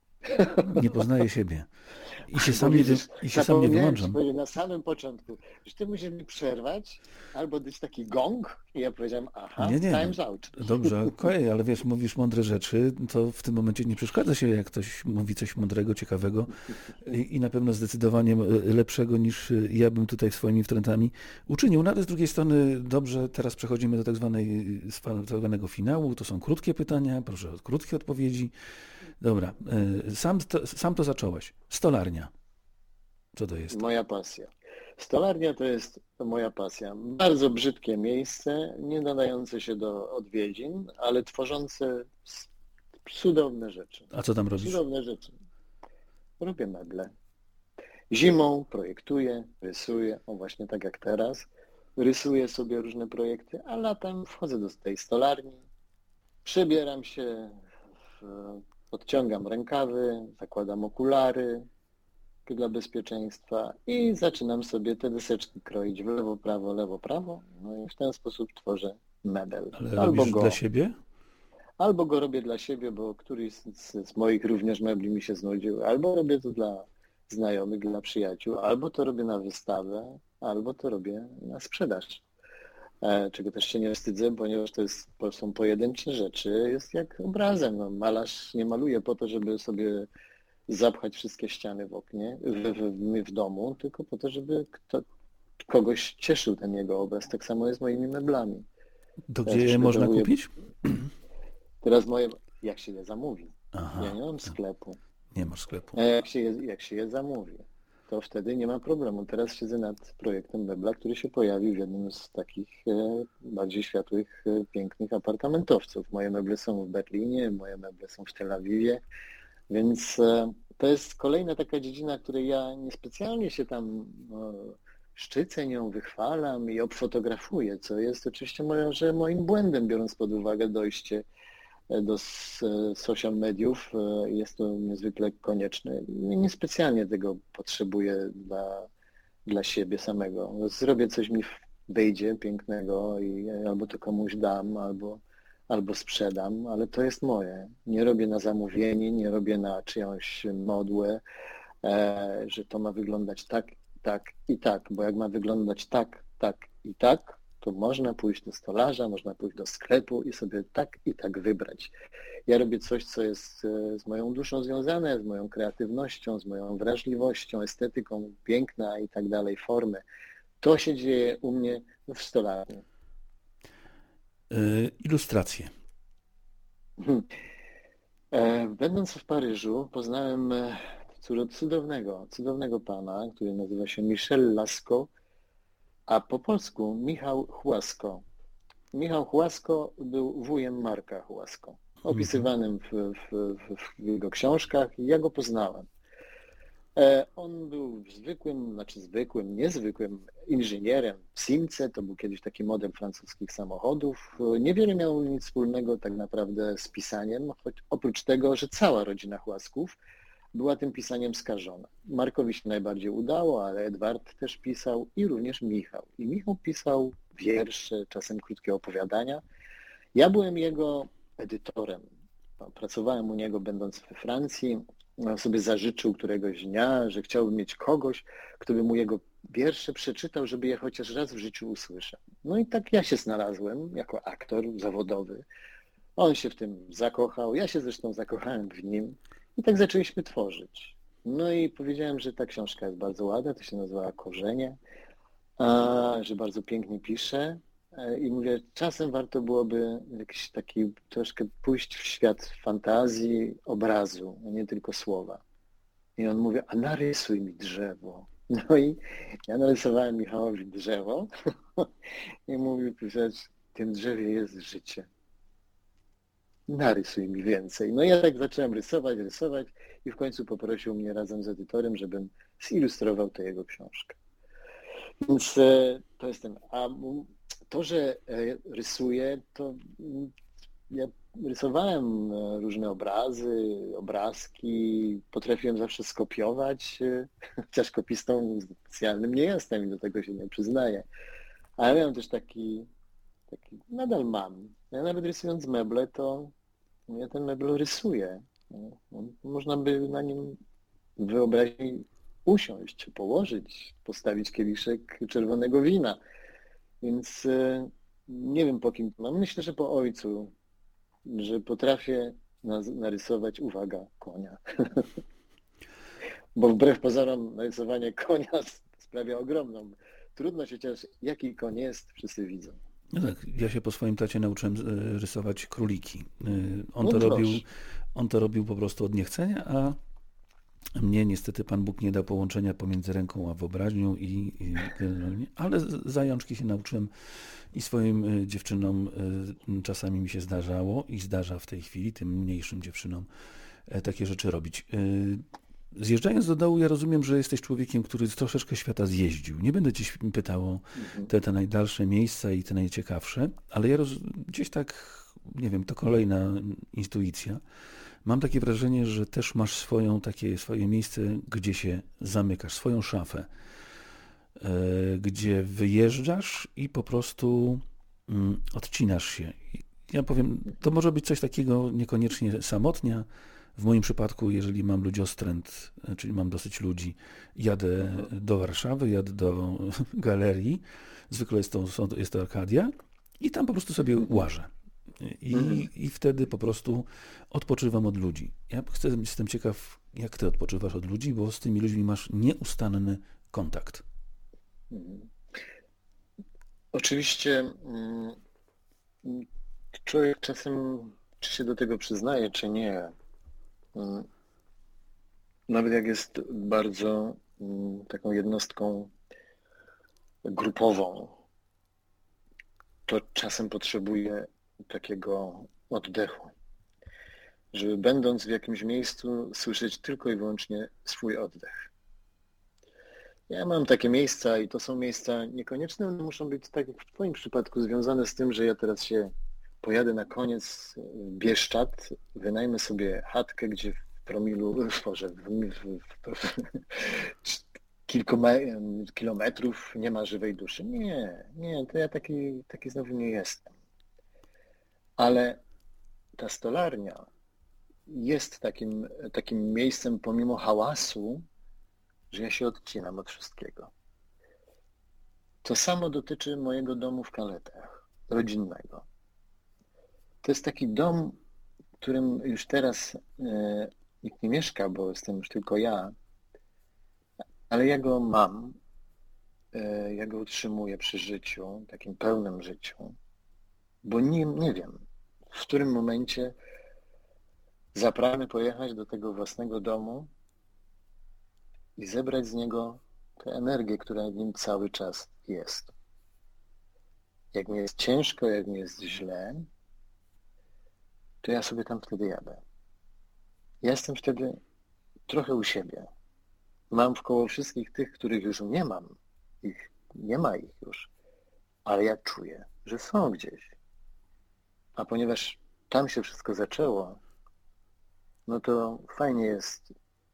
Nie poznaję siebie. I się sam nie, i się sam nie wyłączam. Na samym początku, że ty musisz mi przerwać, albo dać taki gong i ja powiedziałem, aha, nie, nie. time's out. Dobrze, okej, okay, ale wiesz, mówisz mądre rzeczy, to w tym momencie nie przeszkadza się, jak ktoś mówi coś mądrego, ciekawego i, i na pewno zdecydowanie lepszego niż ja bym tutaj swoimi wtrętami uczynił. No ale z drugiej strony dobrze, teraz przechodzimy do tak, zwanej, tak zwanego finału, to są krótkie pytania, proszę o krótkie odpowiedzi. Dobra, sam to, sam to zacząłeś. Stolarnia. Co to jest? Moja pasja. Stolarnia to jest moja pasja. Bardzo brzydkie miejsce, nie nadające się do odwiedzin, ale tworzące cudowne rzeczy. A co tam robisz? Cudowne rzeczy. Robię meble. Zimą projektuję, rysuję, o właśnie tak jak teraz. Rysuję sobie różne projekty, a latem wchodzę do tej stolarni, przebieram się w odciągam rękawy, zakładam okulary dla bezpieczeństwa i zaczynam sobie te deseczki kroić w lewo, prawo, lewo, prawo. No i w ten sposób tworzę mebel. Ale albo robisz go, dla siebie? Albo go robię dla siebie, bo któryś z, z moich również mebli mi się znudził. Albo robię to dla znajomych, dla przyjaciół, albo to robię na wystawę, albo to robię na sprzedaż. Czego też się nie wstydzę, ponieważ to jest, są pojedyncze rzeczy, jest jak obrazem. No, malarz nie maluje po to, żeby sobie zapchać wszystkie ściany w oknie, w, w, w domu, tylko po to, żeby kto, kogoś cieszył ten jego obraz. Tak samo jest z moimi meblami. To gdzie je można kupić? Teraz moje, jak się je zamówi. Aha, ja nie mam sklepu. Nie masz sklepu. A jak się je, jak się je zamówi, to wtedy nie ma problemu. Teraz siedzę nad projektem mebla, który się pojawił w jednym z takich e, bardziej światłych, e, pięknych apartamentowców. Moje meble są w Berlinie, moje meble są w Tel Awiwie, więc e, to jest kolejna taka dziedzina, której ja niespecjalnie się tam no, szczycę nią, wychwalam i obfotografuję, co jest oczywiście może moim błędem, biorąc pod uwagę dojście do social mediów. Jest to niezwykle konieczne. Niespecjalnie tego potrzebuję dla, dla siebie samego. Zrobię coś, mi wyjdzie pięknego i albo to komuś dam, albo, albo sprzedam, ale to jest moje. Nie robię na zamówienie, nie robię na czyjąś modłę, e, że to ma wyglądać tak, tak i tak, bo jak ma wyglądać tak, tak i tak, to można pójść do stolarza, można pójść do sklepu i sobie tak i tak wybrać. Ja robię coś, co jest z moją duszą związane, z moją kreatywnością, z moją wrażliwością, estetyką, piękna i tak dalej, formy. To się dzieje u mnie w stolarni. Yy, ilustracje. Będąc w Paryżu, poznałem cudownego, cudownego pana, który nazywa się Michel Lascaux, a po polsku Michał Chłasko. Michał Chłasko był wujem Marka Chłasko, opisywanym w, w, w jego książkach. Ja go poznałem. On był zwykłym, znaczy zwykłym, niezwykłym inżynierem w Simce, to był kiedyś taki model francuskich samochodów. Niewiele miał nic wspólnego tak naprawdę z pisaniem, choć oprócz tego, że cała rodzina Chłasków była tym pisaniem skażona. Markowi się najbardziej udało, ale Edward też pisał i również Michał. I Michał pisał wiersze, czasem krótkie opowiadania. Ja byłem jego edytorem. Pracowałem u niego będąc we Francji. On sobie zażyczył któregoś dnia, że chciałby mieć kogoś, kto by mu jego wiersze przeczytał, żeby je chociaż raz w życiu usłyszał. No i tak ja się znalazłem jako aktor zawodowy. On się w tym zakochał, ja się zresztą zakochałem w nim i tak zaczęliśmy tworzyć. No i powiedziałem, że ta książka jest bardzo ładna, to się nazywa Korzenie, a, że bardzo pięknie pisze. I mówię, czasem warto byłoby jakiś taki troszkę pójść w świat fantazji, obrazu, a nie tylko słowa. I on mówi, a narysuj mi drzewo. No i ja narysowałem Michałowi drzewo i mówił, że w tym drzewie jest życie. Narysuj mi więcej. No i ja tak zacząłem rysować, rysować i w końcu poprosił mnie razem z edytorem, żebym zilustrował tę jego książkę. Więc to jest ten... A to, że rysuję, to ja rysowałem różne obrazy, obrazki, potrafiłem zawsze skopiować, chociaż kopistą specjalnym nie jestem i do tego się nie przyznaję. Ale miałem też taki, taki nadal mam. Ja nawet rysując meble, to ja ten mebel rysuję. Można by na nim wyobraźni usiąść, położyć, postawić kieliszek czerwonego wina. Więc nie wiem, po kim to mam. Myślę, że po ojcu, że potrafię narysować, uwaga, konia. Bo wbrew pozorom narysowanie konia sprawia ogromną trudność, chociaż jaki koń jest, wszyscy widzą. No tak, ja się po swoim tacie nauczyłem rysować króliki. On, No to proszę. robił, on to robił po prostu od niechcenia, a mnie niestety Pan Bóg nie dał połączenia pomiędzy ręką a wyobraźnią, i, i generalnie, ale z zajączki się nauczyłem i swoim dziewczynom czasami mi się zdarzało i zdarza w tej chwili, tym mniejszym dziewczynom, takie rzeczy robić. Zjeżdżając do dołu, ja rozumiem, że jesteś człowiekiem, który troszeczkę świata zjeździł. Nie będę cię pytał o te, te najdalsze miejsca i te najciekawsze, ale ja roz... gdzieś tak, nie wiem, to kolejna intuicja. Mam takie wrażenie, że też masz swoją, takie swoje miejsce, gdzie się zamykasz, swoją szafę, gdzie wyjeżdżasz i po prostu odcinasz się. Ja powiem, to może być coś takiego niekoniecznie samotnia. W moim przypadku, jeżeli mam ludziostręt, czyli mam dosyć ludzi, jadę do Warszawy, jadę do galerii, zwykle jest to, jest to Arkadia i tam po prostu sobie łażę. I, mhm. I wtedy po prostu odpoczywam od ludzi. Ja chcę, jestem ciekaw, jak ty odpoczywasz od ludzi, bo z tymi ludźmi masz nieustanny kontakt. Mhm. Oczywiście człowiek czasem, czy się do tego przyznaje, czy nie, nawet jak jest bardzo taką jednostką grupową, to czasem potrzebuje takiego oddechu, żeby będąc w jakimś miejscu słyszeć tylko i wyłącznie swój oddech. Ja mam takie miejsca i to są miejsca niekoniecznie, one muszą być, tak jak w twoim przypadku, związane z tym, że ja teraz się pojadę na koniec w Bieszczad, wynajmę sobie chatkę, gdzie w promilu, może w, w, w, w kilku kilometrów nie ma żywej duszy. Nie, nie, to ja taki, taki znowu nie jestem. Ale ta stolarnia jest takim, takim miejscem pomimo hałasu, że ja się odcinam od wszystkiego. To samo dotyczy mojego domu w Kaletach, rodzinnego. To jest taki dom, w którym już teraz e, nikt nie mieszka, bo jestem już tylko ja, ale ja go mam ja go utrzymuję przy życiu, takim pełnym życiu, bo nie, nie wiem, w którym momencie zapragnę pojechać do tego własnego domu i zebrać z niego tę energię, która w nim cały czas jest. Jak mi jest ciężko, jak mi jest źle, to ja sobie tam wtedy jadę. Ja jestem wtedy trochę u siebie. Mam wkoło wszystkich tych, których już nie mam. Ich, nie ma ich już. Ale ja czuję, że są gdzieś. A ponieważ tam się wszystko zaczęło, no to fajnie jest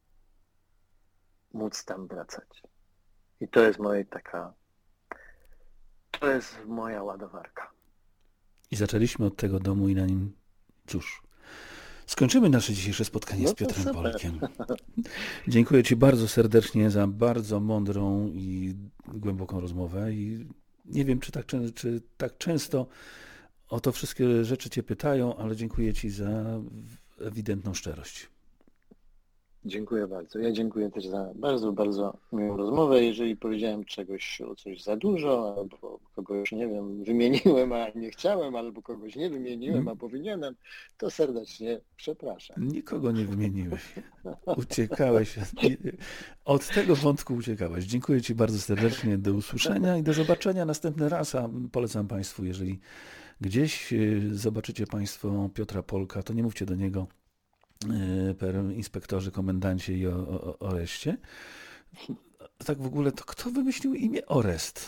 móc tam wracać. I to jest moja taka, to jest moja ładowarka. I zaczęliśmy od tego domu i na nim, cóż, skończymy nasze dzisiejsze spotkanie No z to Piotrem super. Polkiem. Dziękuję Ci bardzo serdecznie za bardzo mądrą i głęboką rozmowę i nie wiem, czy tak, czę- czy tak często o to wszystkie rzeczy Cię pytają, ale dziękuję Ci za ewidentną szczerość. Dziękuję bardzo. Ja dziękuję też za bardzo, bardzo miłą rozmowę. Jeżeli powiedziałem czegoś o coś za dużo, albo kogoś, nie wiem, wymieniłem, a nie chciałem, albo kogoś nie wymieniłem, a powinienem, to serdecznie przepraszam. Nikogo nie wymieniłeś. Uciekałeś. Od tego wątku uciekałeś. Dziękuję Ci bardzo serdecznie. Do usłyszenia i do zobaczenia następny raz. A polecam Państwu, jeżeli gdzieś y, zobaczycie Państwo Piotra Polka, to nie mówcie do niego y, per inspektorze, komendancie i o, o, Oreście. Tak w ogóle, to kto wymyślił imię Orest?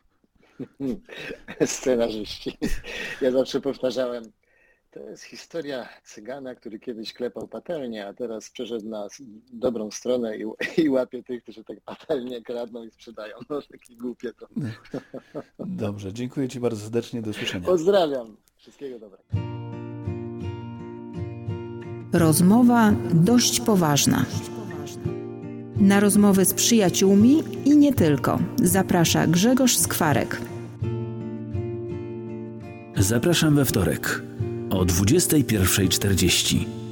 Scenarzyści. Ja zawsze powtarzałem, to jest historia cygana, który kiedyś klepał patelnię, a teraz przeszedł na s- dobrą stronę i, i łapie tych, którzy tak patelnię kradną i sprzedają. No takie głupie to. Dobrze, dziękuję Ci bardzo serdecznie. Do usłyszenia. Pozdrawiam. Wszystkiego dobrego. Rozmowa dość poważna. Na rozmowy z przyjaciółmi i nie tylko. Zaprasza Grzegorz Skwarek. Zapraszam we wtorek o dwudziestej pierwszej czterdzieści.